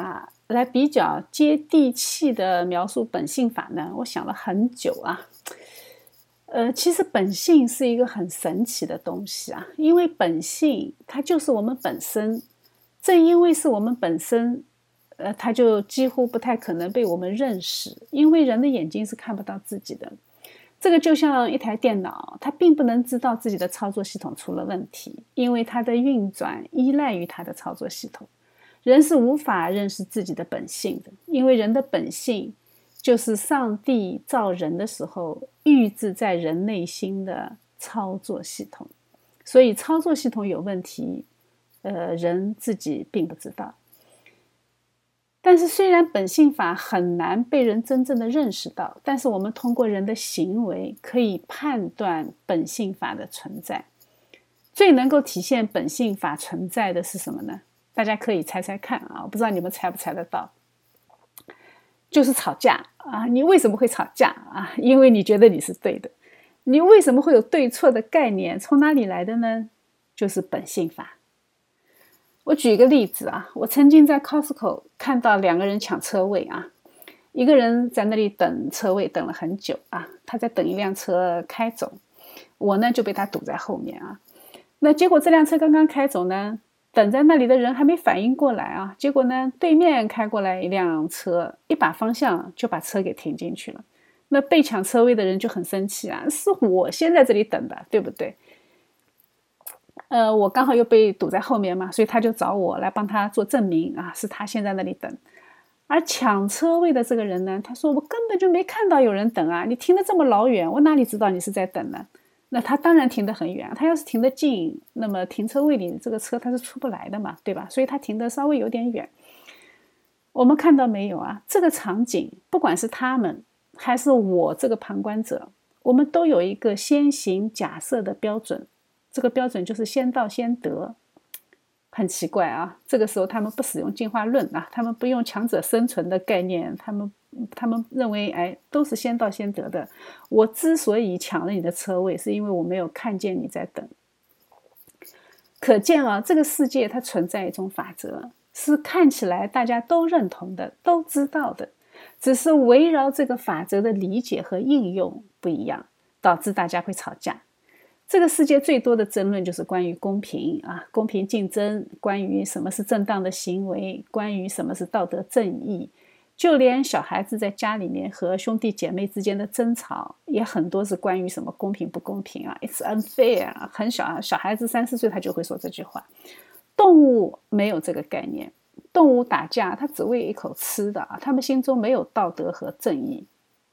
来比较接地气的描述本性法呢，我想了很久啊。呃，其实本性是一个很神奇的东西啊，因为本性它就是我们本身，正因为是我们本身，呃，它就几乎不太可能被我们认识，因为人的眼睛是看不到自己的。这个就像一台电脑，它并不能知道自己的操作系统出了问题，因为它的运转依赖于它的操作系统。人是无法认识自己的本性的，因为人的本性就是上帝造人的时候预置在人内心的操作系统，所以操作系统有问题，呃，人自己并不知道。但是虽然本性法很难被人真正的认识到，但是我们通过人的行为可以判断本性法的存在。最能够体现本性法存在的是什么呢？大家可以猜猜看啊，我不知道你们猜不猜得到。就是吵架啊！你为什么会吵架啊？因为你觉得你是对的。你为什么会有对错的概念？从哪里来的呢？就是本性法。我举一个例子啊，我曾经在 Costco 看到两个人抢车位啊，一个人在那里等车位等了很久啊，他在等一辆车开走，我呢就被他堵在后面啊。那结果这辆车刚刚开走呢，等在那里的人还没反应过来啊，结果呢对面开过来一辆车，一把方向就把车给停进去了。那被抢车位的人就很生气啊，是我先在这里等的，对不对？呃，我刚好又被堵在后面嘛，所以他就找我来帮他做证明啊，是他先在那里等。而抢车位的这个人呢，他说我根本就没看到有人等啊，你停得这么老远，我哪里知道你是在等呢？那他当然停得很远，他要是停得近，那么停车位里这个车他是出不来的嘛，对吧？所以他停得稍微有点远。我们看到没有啊？这个场景，不管是他们还是我这个旁观者，我们都有一个先行假设的标准，这个标准就是先到先得。很奇怪啊，这个时候他们不使用进化论啊，他们不用强者生存的概念，他们他们认为哎都是先到先得的。我之所以抢了你的车位，是因为我没有看见你在等。可见啊，这个世界它存在一种法则，是看起来大家都认同的，都知道的，只是围绕这个法则的理解和应用不一样，导致大家会吵架。这个世界最多的争论就是关于公平啊，公平竞争，关于什么是正当的行为，关于什么是道德正义。就连小孩子在家里面和兄弟姐妹之间的争吵，也很多是关于什么公平不公平啊 ，It's unfair 啊，很小啊，小孩子三四岁他就会说这句话。动物没有这个概念，动物打架他只为一口吃的啊，他们心中没有道德和正义。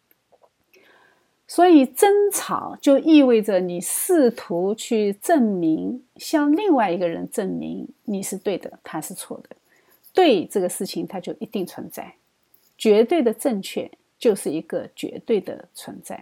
所以争吵就意味着你试图去证明，向另外一个人证明你是对的，他是错的。对这个事情它就一定存在，绝对的正确就是一个绝对的存在。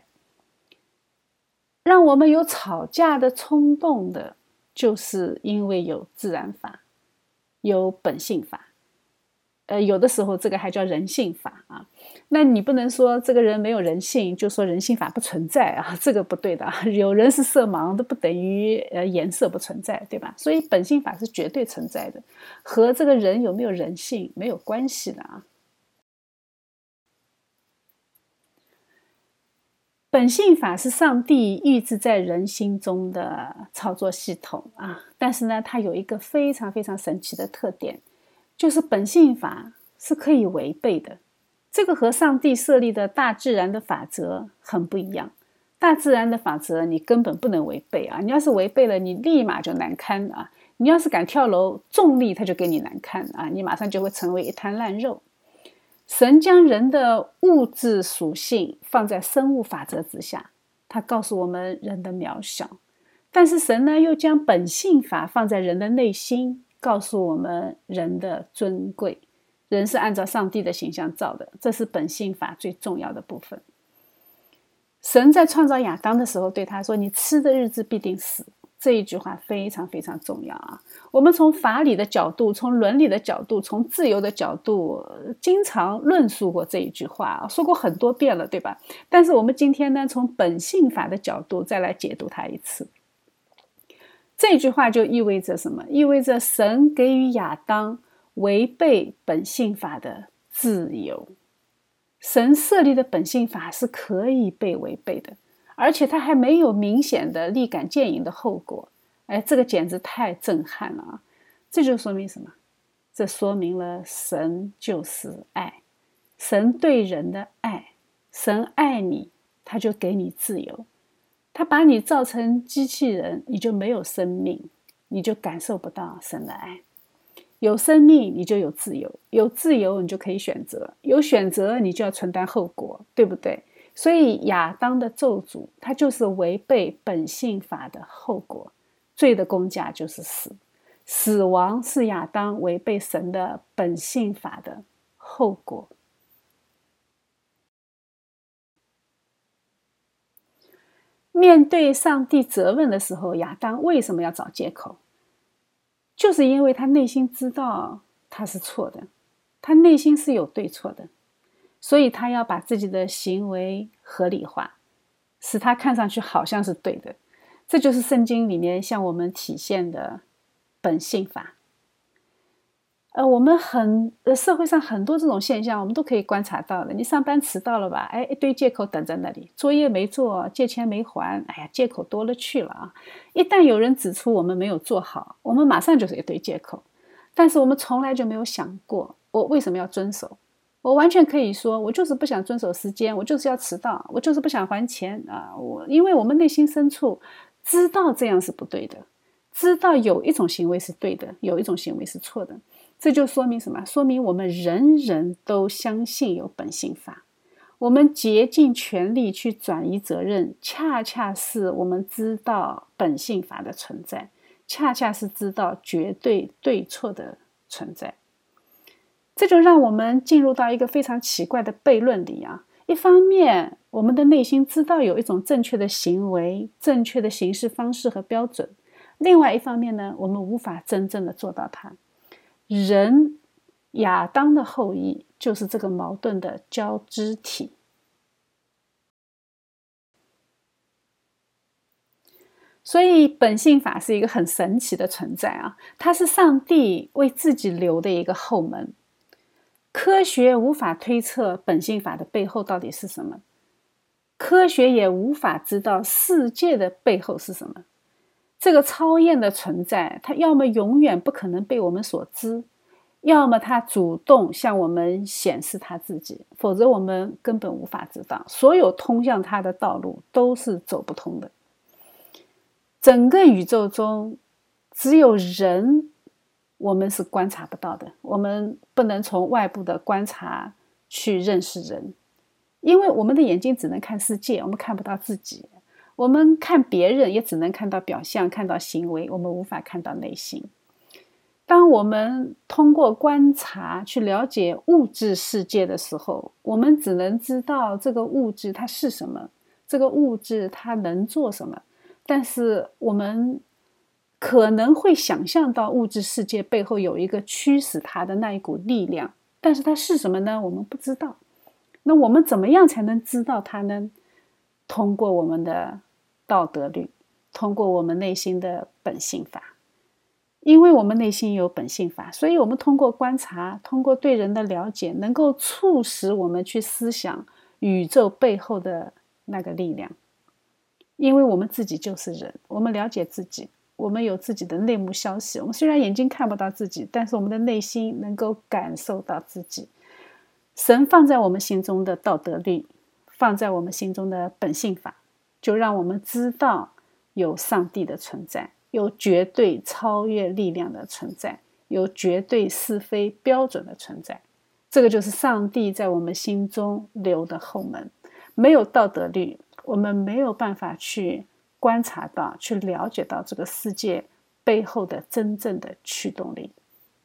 让我们有吵架的冲动的，就是因为有自然法，有本性法。呃，有的时候这个还叫人性法啊，那你不能说这个人没有人性，就说人性法不存在啊，这个不对的啊。有人是色盲，都不等于呃颜色不存在，对吧？所以本性法是绝对存在的，和这个人有没有人性没有关系的啊。本性法是上帝预置在人心中的操作系统啊，但是呢，它有一个非常非常神奇的特点。就是本性法是可以违背的，这个和上帝设立的大自然的法则很不一样。大自然的法则你根本不能违背啊！你要是违背了，你立马就难堪啊！你要是敢跳楼，重力它就给你难堪啊！你马上就会成为一滩烂肉。神将人的物质属性放在生物法则之下，他告诉我们人的渺小，但是神呢，又将本性法放在人的内心，告诉我们人的尊贵。人是按照上帝的形象造的，这是本性法最重要的部分。神在创造亚当的时候对他说，你吃的日子必定死，这一句话非常非常重要啊！我们从法理的角度，从伦理的角度，从自由的角度，经常论述过这一句话，说过很多遍了，对吧？但是我们今天呢，从本性法的角度再来解读它一次。这句话就意味着什么？意味着神给予亚当违背本性法的自由。神设立的本性法是可以被违背的，而且它还没有明显的立竿见影的后果。哎，这个简直太震撼了啊！这就说明什么？这说明了神就是爱，神对人的爱，神爱你，他就给你自由。他把你造成机器人，你就没有生命，你就感受不到神的爱。有生命你就有自由，有自由你就可以选择，有选择你就要承担后果，对不对？所以亚当的咒诅，它就是违背本性法的后果，罪的工价就是死，死亡是亚当违背神的本性法的后果。面对上帝责问的时候，亚当为什么要找借口？就是因为他内心知道他是错的，他内心是有对错的，所以他要把自己的行为合理化，使他看上去好像是对的。这就是圣经里面向我们体现的本性法。呃，我们很呃社会上很多这种现象，我们都可以观察到的。你上班迟到了吧？哎，一堆借口等在那里，作业没做，借钱没还，哎呀，借口多了去了啊！一旦有人指出我们没有做好，我们马上就是一堆借口。但是我们从来就没有想过，我为什么要遵守？我完全可以说，我就是不想遵守时间，我就是要迟到，我就是不想还钱啊！我因为我们内心深处知道这样是不对的，知道有一种行为是对的，有一种行为是错的。这就说明什么？说明我们人人都相信有本性法，我们竭尽全力去转移责任，恰恰是我们知道本性法的存在，恰恰是知道绝对对错的存在。这就让我们进入到一个非常奇怪的悖论里啊。一方面，我们的内心知道有一种正确的行为、正确的行事方式和标准；另外一方面呢，我们无法真正的做到它。人亚当的后裔就是这个矛盾的交织体。所以本性法是一个很神奇的存在啊，它是上帝为自己留的一个后门。科学无法推测本性法的背后到底是什么，科学也无法知道世界的背后是什么。这个超验的存在，它要么永远不可能被我们所知，要么它主动向我们显示它自己，否则我们根本无法知道。所有通向它的道路都是走不通的。整个宇宙中，只有人我们是观察不到的，我们不能从外部的观察去认识人，因为我们的眼睛只能看世界，我们看不到自己。我们看别人也只能看到表象，看到行为，我们无法看到内心。当我们通过观察去了解物质世界的时候，我们只能知道这个物质它是什么，这个物质它能做什么，但是我们可能会想象到物质世界背后有一个驱使它的那一股力量，但是它是什么呢？我们不知道。那我们怎么样才能知道它呢？通过我们的道德律，通过我们内心的本性法。因为我们内心有本性法，所以我们通过观察，通过对人的了解，能够促使我们去思想宇宙背后的那个力量。因为我们自己就是人，我们了解自己，我们有自己的内幕消息，我们虽然眼睛看不到自己，但是我们的内心能够感受到自己。神放在我们心中的道德律，放在我们心中的本性法，就让我们知道有上帝的存在，有绝对超越力量的存在，有绝对是非标准的存在。这个就是上帝在我们心中留的后门。没有道德律，我们没有办法去观察到，去了解到这个世界背后的真正的驱动力。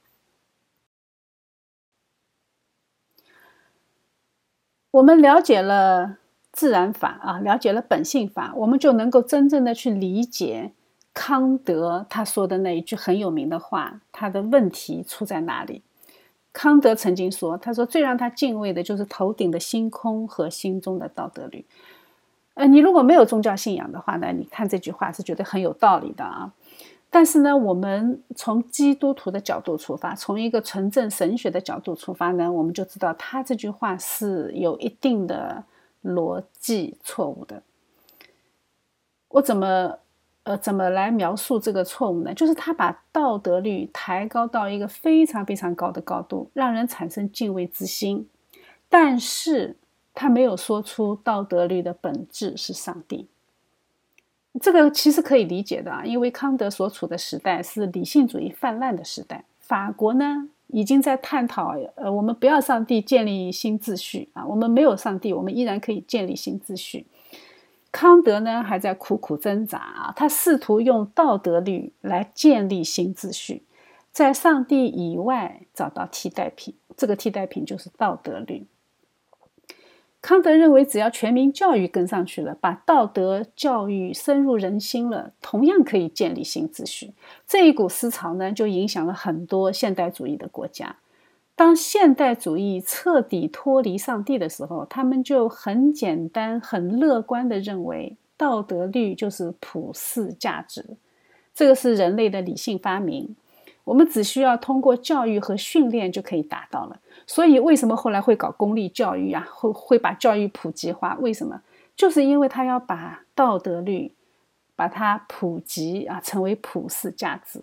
我们了解了自然法啊，了解了本性法，我们就能够真正的去理解康德他说的那一句很有名的话，他的问题出在哪里？康德曾经说，他说最让他敬畏的就是头顶的星空和心中的道德律。呃，你如果没有宗教信仰的话呢，你看这句话是觉得很有道理的啊。 但是呢，我们从基督徒的角度出发，从一个纯正神学的角度出发呢，我们就知道他这句话是有一定的逻辑错误的。我怎么呃怎么来描述这个错误呢？就是他把道德律抬高到一个非常非常高的高度，让人产生敬畏之心，但是他没有说出道德律的本质是上帝。这个其实可以理解的啊，因为康德所处的时代是理性主义泛滥的时代，法国呢已经在探讨，呃，我们不要上帝，建立新秩序啊，我们没有上帝，我们依然可以建立新秩序。康德呢还在苦苦挣扎啊，他试图用道德律来建立新秩序，在上帝以外找到替代品，这个替代品就是道德律。康德认为，只要全民教育跟上去了，把道德教育深入人心了，同样可以建立新秩序。这一股思潮呢，就影响了很多现代主义的国家。当现代主义彻底脱离上帝的时候，他们就很简单、很乐观地认为，道德律就是普世价值，这个是人类的理性发明。我们只需要通过教育和训练就可以达到了。所以为什么后来会搞公立教育啊？会会把教育普及化？为什么？就是因为他要把道德律把它普及啊，成为普世价值。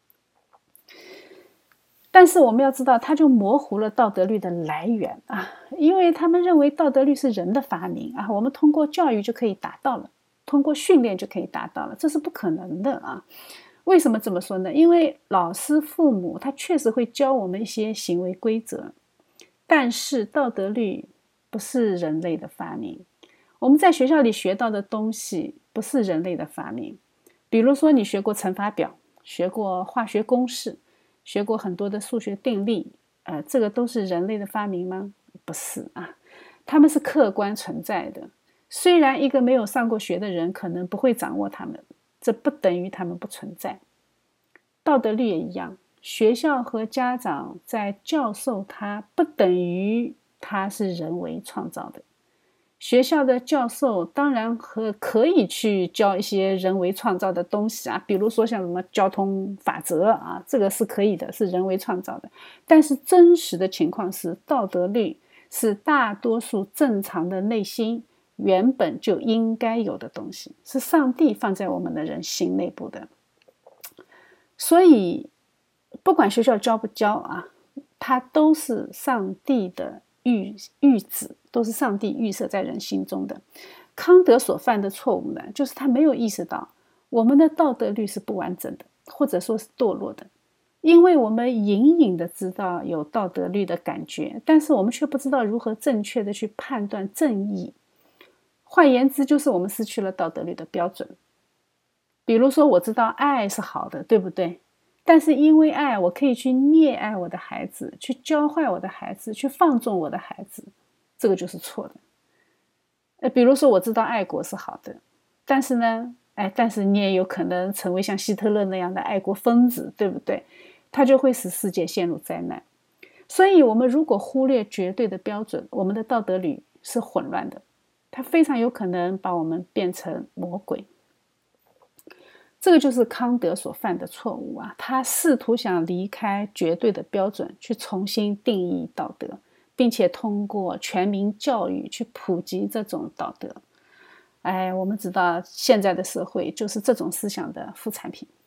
但是我们要知道，他就模糊了道德律的来源啊，因为他们认为道德律是人的发明啊，我们通过教育就可以达到了，通过训练就可以达到了，这是不可能的啊。为什么这么说呢？因为老师、父母他确实会教我们一些行为规则，但是道德律不是人类的发明。我们在学校里学到的东西不是人类的发明。比如说你学过乘法表，学过化学公式，学过很多的数学定律，呃，这个都是人类的发明吗？不是啊，他们是客观存在的。虽然一个没有上过学的人可能不会掌握他们，这不等于他们不存在。道德律也一样，学校和家长在教授它，不等于它是人为创造的。学校的教授当然和可以去教一些人为创造的东西啊，比如说像什么交通法则啊，这个是可以的，是人为创造的。但是真实的情况是，道德律是大多数正常的内心原本就应该有的东西，是上帝放在我们的人心内部的。所以不管学校教不教啊，它都是上帝的预预旨，都是上帝预设在人心中的。康德所犯的错误呢，就是他没有意识到我们的道德律是不完整的，或者说是堕落的。因为我们隐隐的知道有道德律的感觉，但是我们却不知道如何正确的去判断正义。换言之，就是我们失去了道德律的标准。比如说，我知道爱是好的，对不对？但是因为爱，我可以去溺爱我的孩子，去教坏我的孩子，去放纵我的孩子，这个就是错的。呃，比如说，我知道爱国是好的，但是呢，哎，但是你也有可能成为像希特勒那样的爱国分子，对不对？他就会使世界陷入灾难。所以，我们如果忽略绝对的标准，我们的道德律是混乱的，它非常有可能把我们变成魔鬼。这个就是康德所犯的错误啊！他试图想离开绝对的标准，去重新定义道德，并且通过全民教育去普及这种道德。哎，我们知道现在的社会就是这种思想的副产品。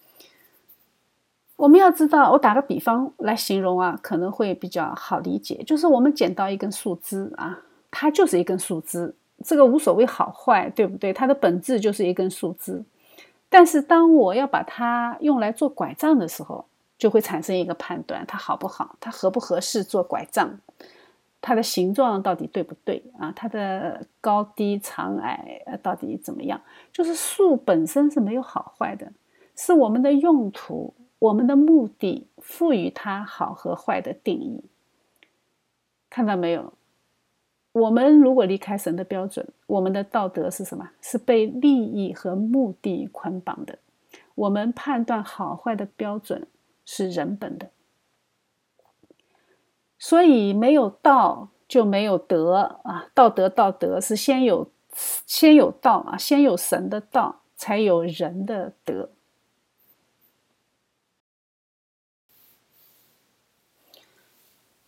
我们要知道，我打个比方来形容啊，可能会比较好理解。就是我们捡到一根树枝啊，它就是一根树枝，这个无所谓好坏，对不对？它的本质就是一根树枝。但是当我要把它用来做拐杖的时候，就会产生一个判断，它好不好，它合不合适做拐杖，它的形状到底对不对啊？它的高低长矮到底怎么样？就是树本身是没有好坏的，是我们的用途、我们的目的赋予它好和坏的定义。看到没有？我们如果离开神的标准，我们的道德是什么？是被利益和目的捆绑的。我们判断好坏的标准是人本的。所以没有道就没有德啊！道德道德是先有先有道啊，先有神的道，才有人的德。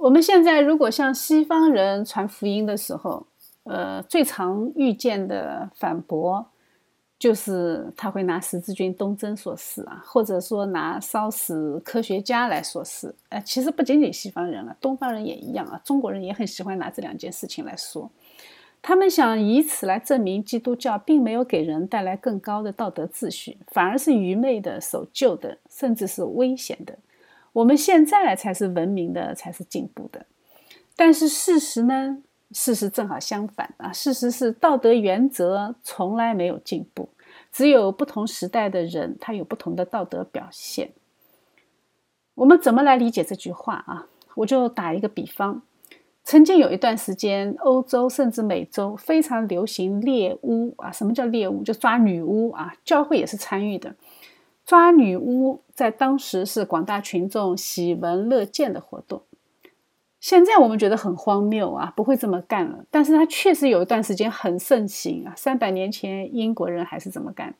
我们现在如果向西方人传福音的时候，呃，最常遇见的反驳就是他会拿十字军东征说事啊，或者说拿烧死科学家来说事。呃，其实不仅仅西方人了，东方人也一样啊，中国人也很喜欢拿这两件事情来说。他们想以此来证明基督教并没有给人带来更高的道德秩序，反而是愚昧的、守旧的，甚至是危险的。我们现在才是文明的，才是进步的。但是事实呢？事实正好相反啊！事实是道德原则从来没有进步，只有不同时代的人，他有不同的道德表现。我们怎么来理解这句话啊？我就打一个比方，曾经有一段时间，欧洲甚至美洲非常流行猎巫啊。什么叫猎巫？就抓女巫啊，教会也是参与的。抓女巫在当时是广大群众喜闻乐见的活动。现在我们觉得很荒谬啊，不会这么干了。但是它确实有一段时间很盛行啊，三百年前英国人还是这么干。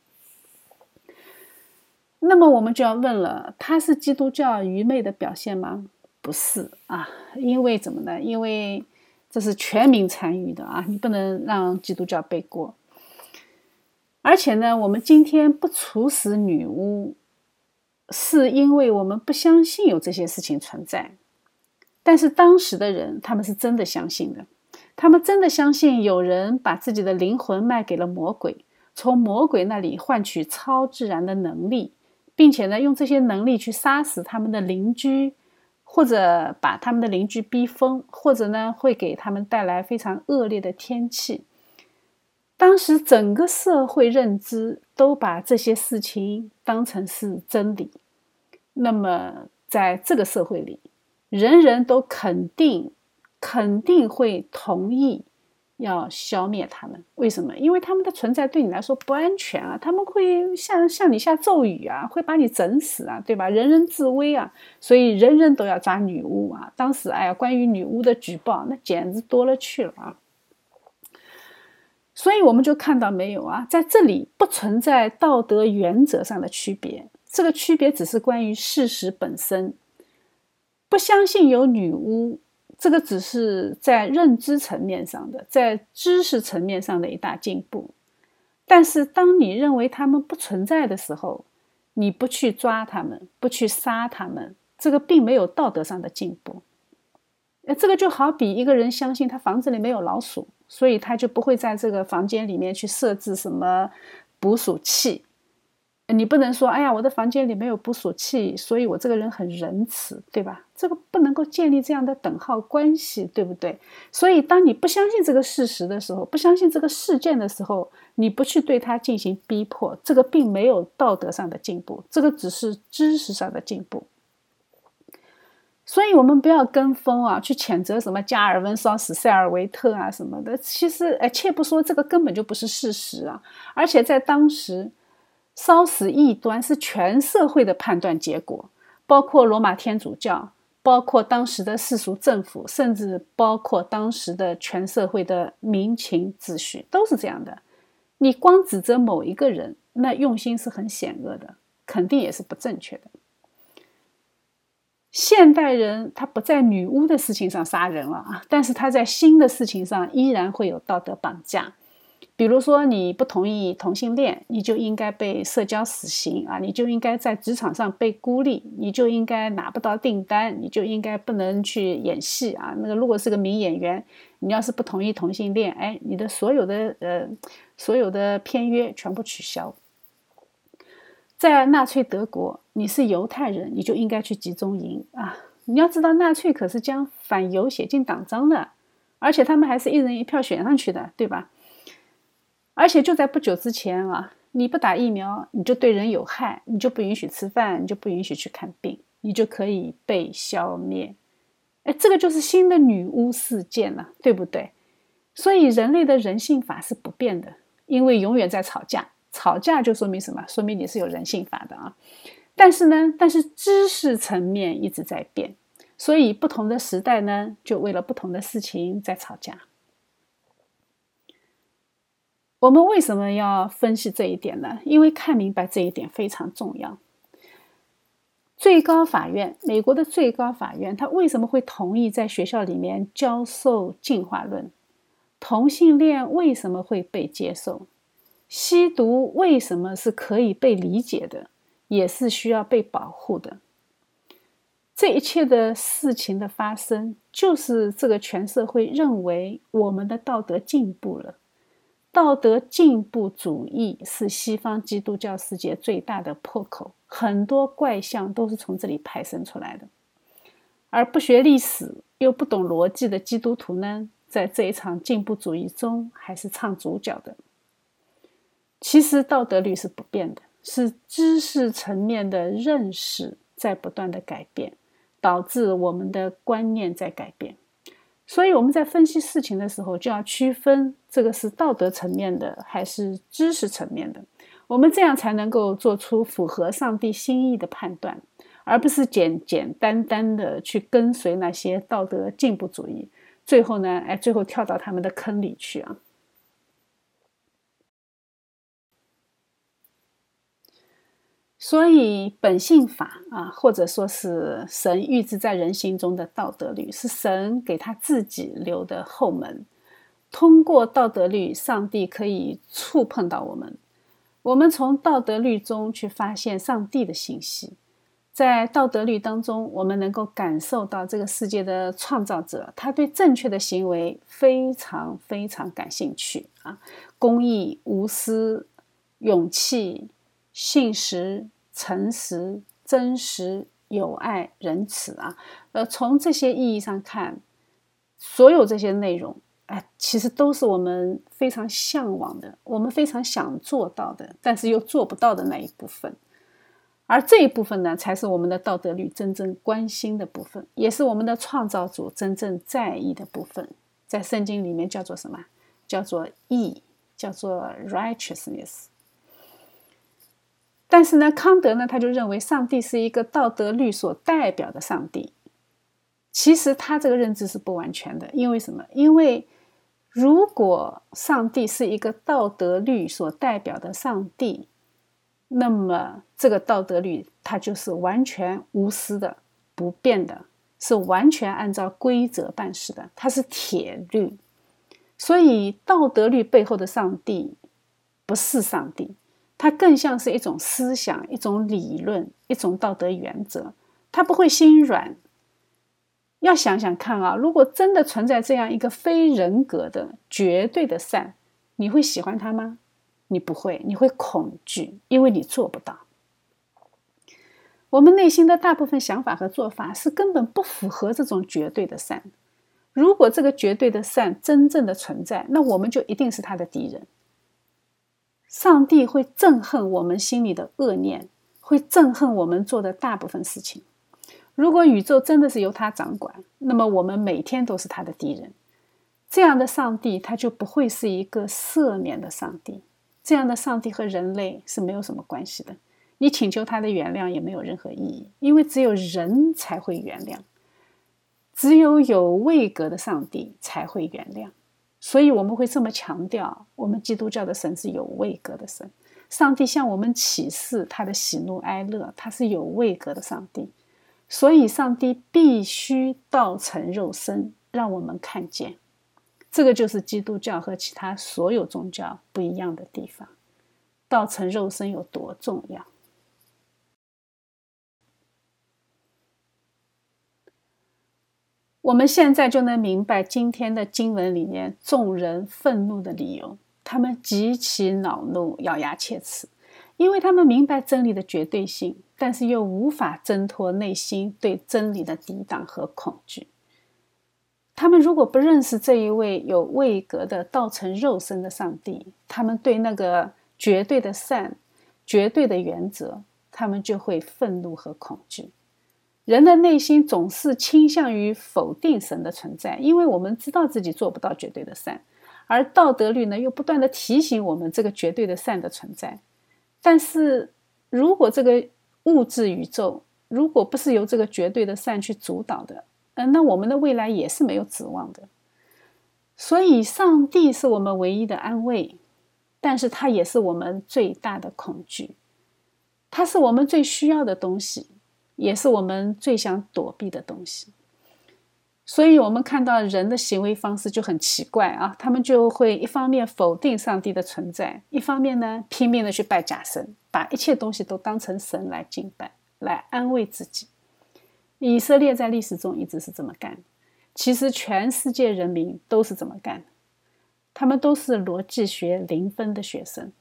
那么我们就要问了，它是基督教愚昧的表现吗？不是啊，因为怎么呢？因为这是全民参与的啊，你不能让基督教背锅。而且呢，我们今天不处死女巫，是因为我们不相信有这些事情存在。但是当时的人，他们是真的相信的，他们真的相信有人把自己的灵魂卖给了魔鬼，从魔鬼那里换取超自然的能力，并且呢，用这些能力去杀死他们的邻居，或者把他们的邻居逼疯，或者呢，会给他们带来非常恶劣的天气。当时整个社会认知都把这些事情当成是真理，那么在这个社会里，人人都肯定肯定会同意要消灭他们。为什么？因为他们的存在对你来说不安全啊，他们会向向你下咒语啊，会把你整死啊，对吧？人人自危啊，所以人人都要抓女巫啊。当时哎呀，关于女巫的举报那简直多了去了啊。所以我们就看到没有啊，在这里不存在道德原则上的区别，这个区别只是关于事实本身。不相信有女巫，这个只是在认知层面上的，在知识层面上的一大进步。但是当你认为他们不存在的时候，你不去抓他们，不去杀他们，这个并没有道德上的进步。这个就好比一个人相信他房子里没有老鼠，所以他就不会在这个房间里面去设置什么捕鼠器。你不能说哎呀，我的房间里没有捕鼠器，所以我这个人很仁慈，对吧？这个不能够建立这样的等号关系，对不对？所以当你不相信这个事实的时候，不相信这个事件的时候，你不去对它进行逼迫，这个并没有道德上的进步，这个只是知识上的进步。所以我们不要跟风啊，去谴责什么加尔文烧死塞尔维特啊什么的。其实哎，切不说这个根本就不是事实啊，而且在当时烧死异端是全社会的判断结果，包括罗马天主教，包括当时的世俗政府，甚至包括当时的全社会的民情秩序，都是这样的。你光指责某一个人，那用心是很险恶的，肯定也是不正确的。现代人他不在女巫的事情上杀人了啊，但是他在新的事情上依然会有道德绑架。比如说你不同意同性恋，你就应该被社交死刑啊，你就应该在职场上被孤立，你就应该拿不到订单，你就应该不能去演戏啊。那个如果是个名演员，你要是不同意同性恋，哎，你的所有的呃所有的片约全部取消。在纳粹德国，你是犹太人，你就应该去集中营啊！你要知道，纳粹可是将反犹写进党章的，而且他们还是一人一票选上去的，对吧？而且就在不久之前啊，你不打疫苗，你就对人有害，你就不允许吃饭，你就不允许去看病，你就可以被消灭。哎，这个就是新的女巫事件了，对不对？所以人类的人性法是不变的，因为永远在吵架。吵架就说明什么？说明你是有人性法的啊。但是呢，但是知识层面一直在变，所以不同的时代呢，就为了不同的事情在吵架。我们为什么要分析这一点呢？因为看明白这一点非常重要。 最高法院，美国的最高法院，他为什么会同意在学校里面教授进化论？同性恋为什么会被接受？吸毒为什么是可以被理解的，也是需要被保护的？这一切的事情的发生，就是这个全社会认为我们的道德进步了。道德进步主义是西方基督教世界最大的破口，很多怪象都是从这里派生出来的。而不学历史又不懂逻辑的基督徒呢，在这一场进步主义中还是唱主角的。其实道德律是不变的，是知识层面的认识在不断的改变，导致我们的观念在改变。所以我们在分析事情的时候，就要区分这个是道德层面的还是知识层面的，我们这样才能够做出符合上帝心意的判断，而不是简简单单的去跟随那些道德进步主义，最后呢，哎，最后跳到他们的坑里去啊。所以本性法啊，或者说是神预知在人心中的道德律，是神给他自己留的后门。通过道德律，上帝可以触碰到我们，我们从道德律中去发现上帝的信息。在道德律当中，我们能够感受到这个世界的创造者，他对正确的行为非常非常感兴趣啊，公义、无私、勇气、信实、诚实、真实、友爱、仁慈啊，呃，从这些意义上看，所有这些内容，哎，其实都是我们非常向往的，我们非常想做到的，但是又做不到的那一部分。而这一部分呢，才是我们的道德律真正关心的部分，也是我们的创造主真正在意的部分。在圣经里面叫做什么？叫做义，叫做 righteousness。但是呢，康德呢，他就认为上帝是一个道德律所代表的上帝。其实他这个认知是不完全的，因为什么？因为如果上帝是一个道德律所代表的上帝，那么这个道德律它就是完全无私的、不变的，是完全按照规则办事的，它是铁律。所以道德律背后的上帝不是上帝，它更像是一种思想、一种理论、一种道德原则，它不会心软。要想想看啊，如果真的存在这样一个非人格的绝对的善，你会喜欢它吗？你不会，你会恐惧，因为你做不到。我们内心的大部分想法和做法是根本不符合这种绝对的善。如果这个绝对的善真正的存在，那我们就一定是他的敌人。上帝会憎恨我们心里的恶念，会憎恨我们做的大部分事情。如果宇宙真的是由他掌管，那么我们每天都是他的敌人。这样的上帝他就不会是一个赦免的上帝，这样的上帝和人类是没有什么关系的。你请求他的原谅也没有任何意义，因为只有人才会原谅，只有有位格的上帝才会原谅。所以我们会这么强调，我们基督教的神是有位格的神，上帝向我们启示他的喜怒哀乐，他是有位格的上帝。所以上帝必须道成肉身，让我们看见。这个就是基督教和其他所有宗教不一样的地方，道成肉身有多重要。我们现在就能明白今天的经文里面众人愤怒的理由，他们极其恼怒，咬牙切齿，因为他们明白真理的绝对性，但是又无法挣脱内心对真理的抵挡和恐惧。他们如果不认识这一位有位格的道成肉身的上帝，他们对那个绝对的善、绝对的原则，他们就会愤怒和恐惧。人的内心总是倾向于否定神的存在，因为我们知道自己做不到绝对的善，而道德律呢，又不断地提醒我们这个绝对的善的存在。但是如果这个物质宇宙如果不是由这个绝对的善去主导的，呃，那我们的未来也是没有指望的。所以上帝是我们唯一的安慰，但是他也是我们最大的恐惧。他是我们最需要的东西， 也是我们最想躲避的东西。所以我们看到人的行为方式就很奇怪啊，他们就会一方面否定上帝的存在，一方面呢拼命的去拜假神，把一切东西都当成神来敬拜，来安慰自己。以色列在历史中一直是这么干的，其实全世界人民都是这么干的，他们都是逻辑学零分的学生。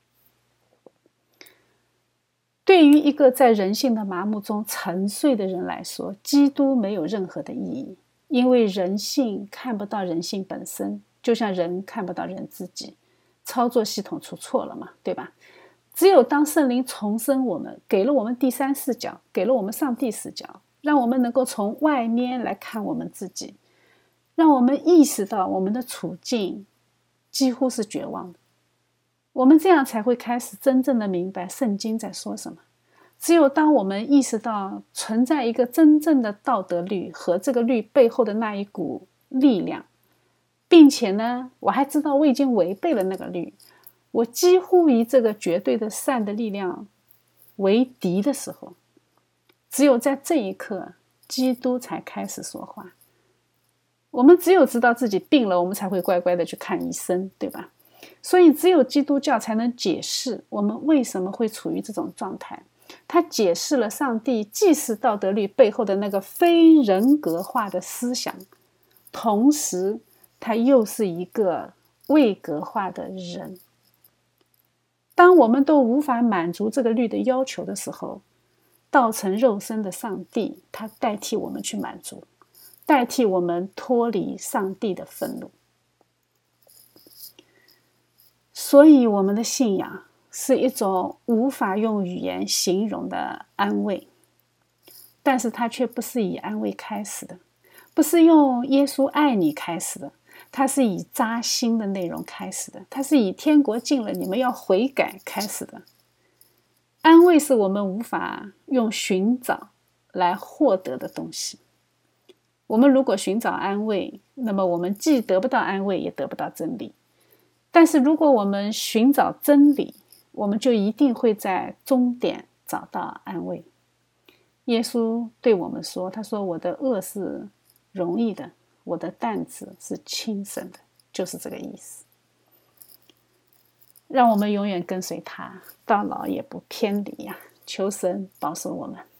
对于一个在人性的麻木中沉睡的人来说，基督没有任何的意义，因为人性看不到人性本身，就像人看不到人自己，操作系统出错了嘛，对吧？只有当圣灵重生我们，给了我们第三视角，给了我们上帝视角，让我们能够从外面来看我们自己，让我们意识到我们的处境几乎是绝望的，我们这样才会开始真正的明白圣经在说什么。只有当我们意识到存在一个真正的道德律和这个律背后的那一股力量，并且呢，我还知道我已经违背了那个律，我几乎与这个绝对的善的力量为敌的时候，只有在这一刻，基督才开始说话。我们只有知道自己病了，我们才会乖乖的去看医生，对吧？所以只有基督教才能解释我们为什么会处于这种状态。他解释了上帝既是道德律背后的那个非人格化的思想，同时他又是一个位格化的人。当我们都无法满足这个律的要求的时候，道成肉身的上帝，他代替我们去满足，代替我们脱离上帝的愤怒。所以我们的信仰是一种无法用语言形容的安慰，但是它却不是以安慰开始的，不是用耶稣爱你开始的，它是以扎心的内容开始的，它是以天国近了你们要悔改开始的。安慰是我们无法用寻找来获得的东西。我们如果寻找安慰，那么我们既得不到安慰，也得不到真理。但是如果我们寻找真理，我们就一定会在终点找到安慰。耶稣对我们说，他说我的軛是容易的，我的担子是轻省的，就是这个意思。让我们永远跟随他，到老也不偏离呀、啊！求神保守我们。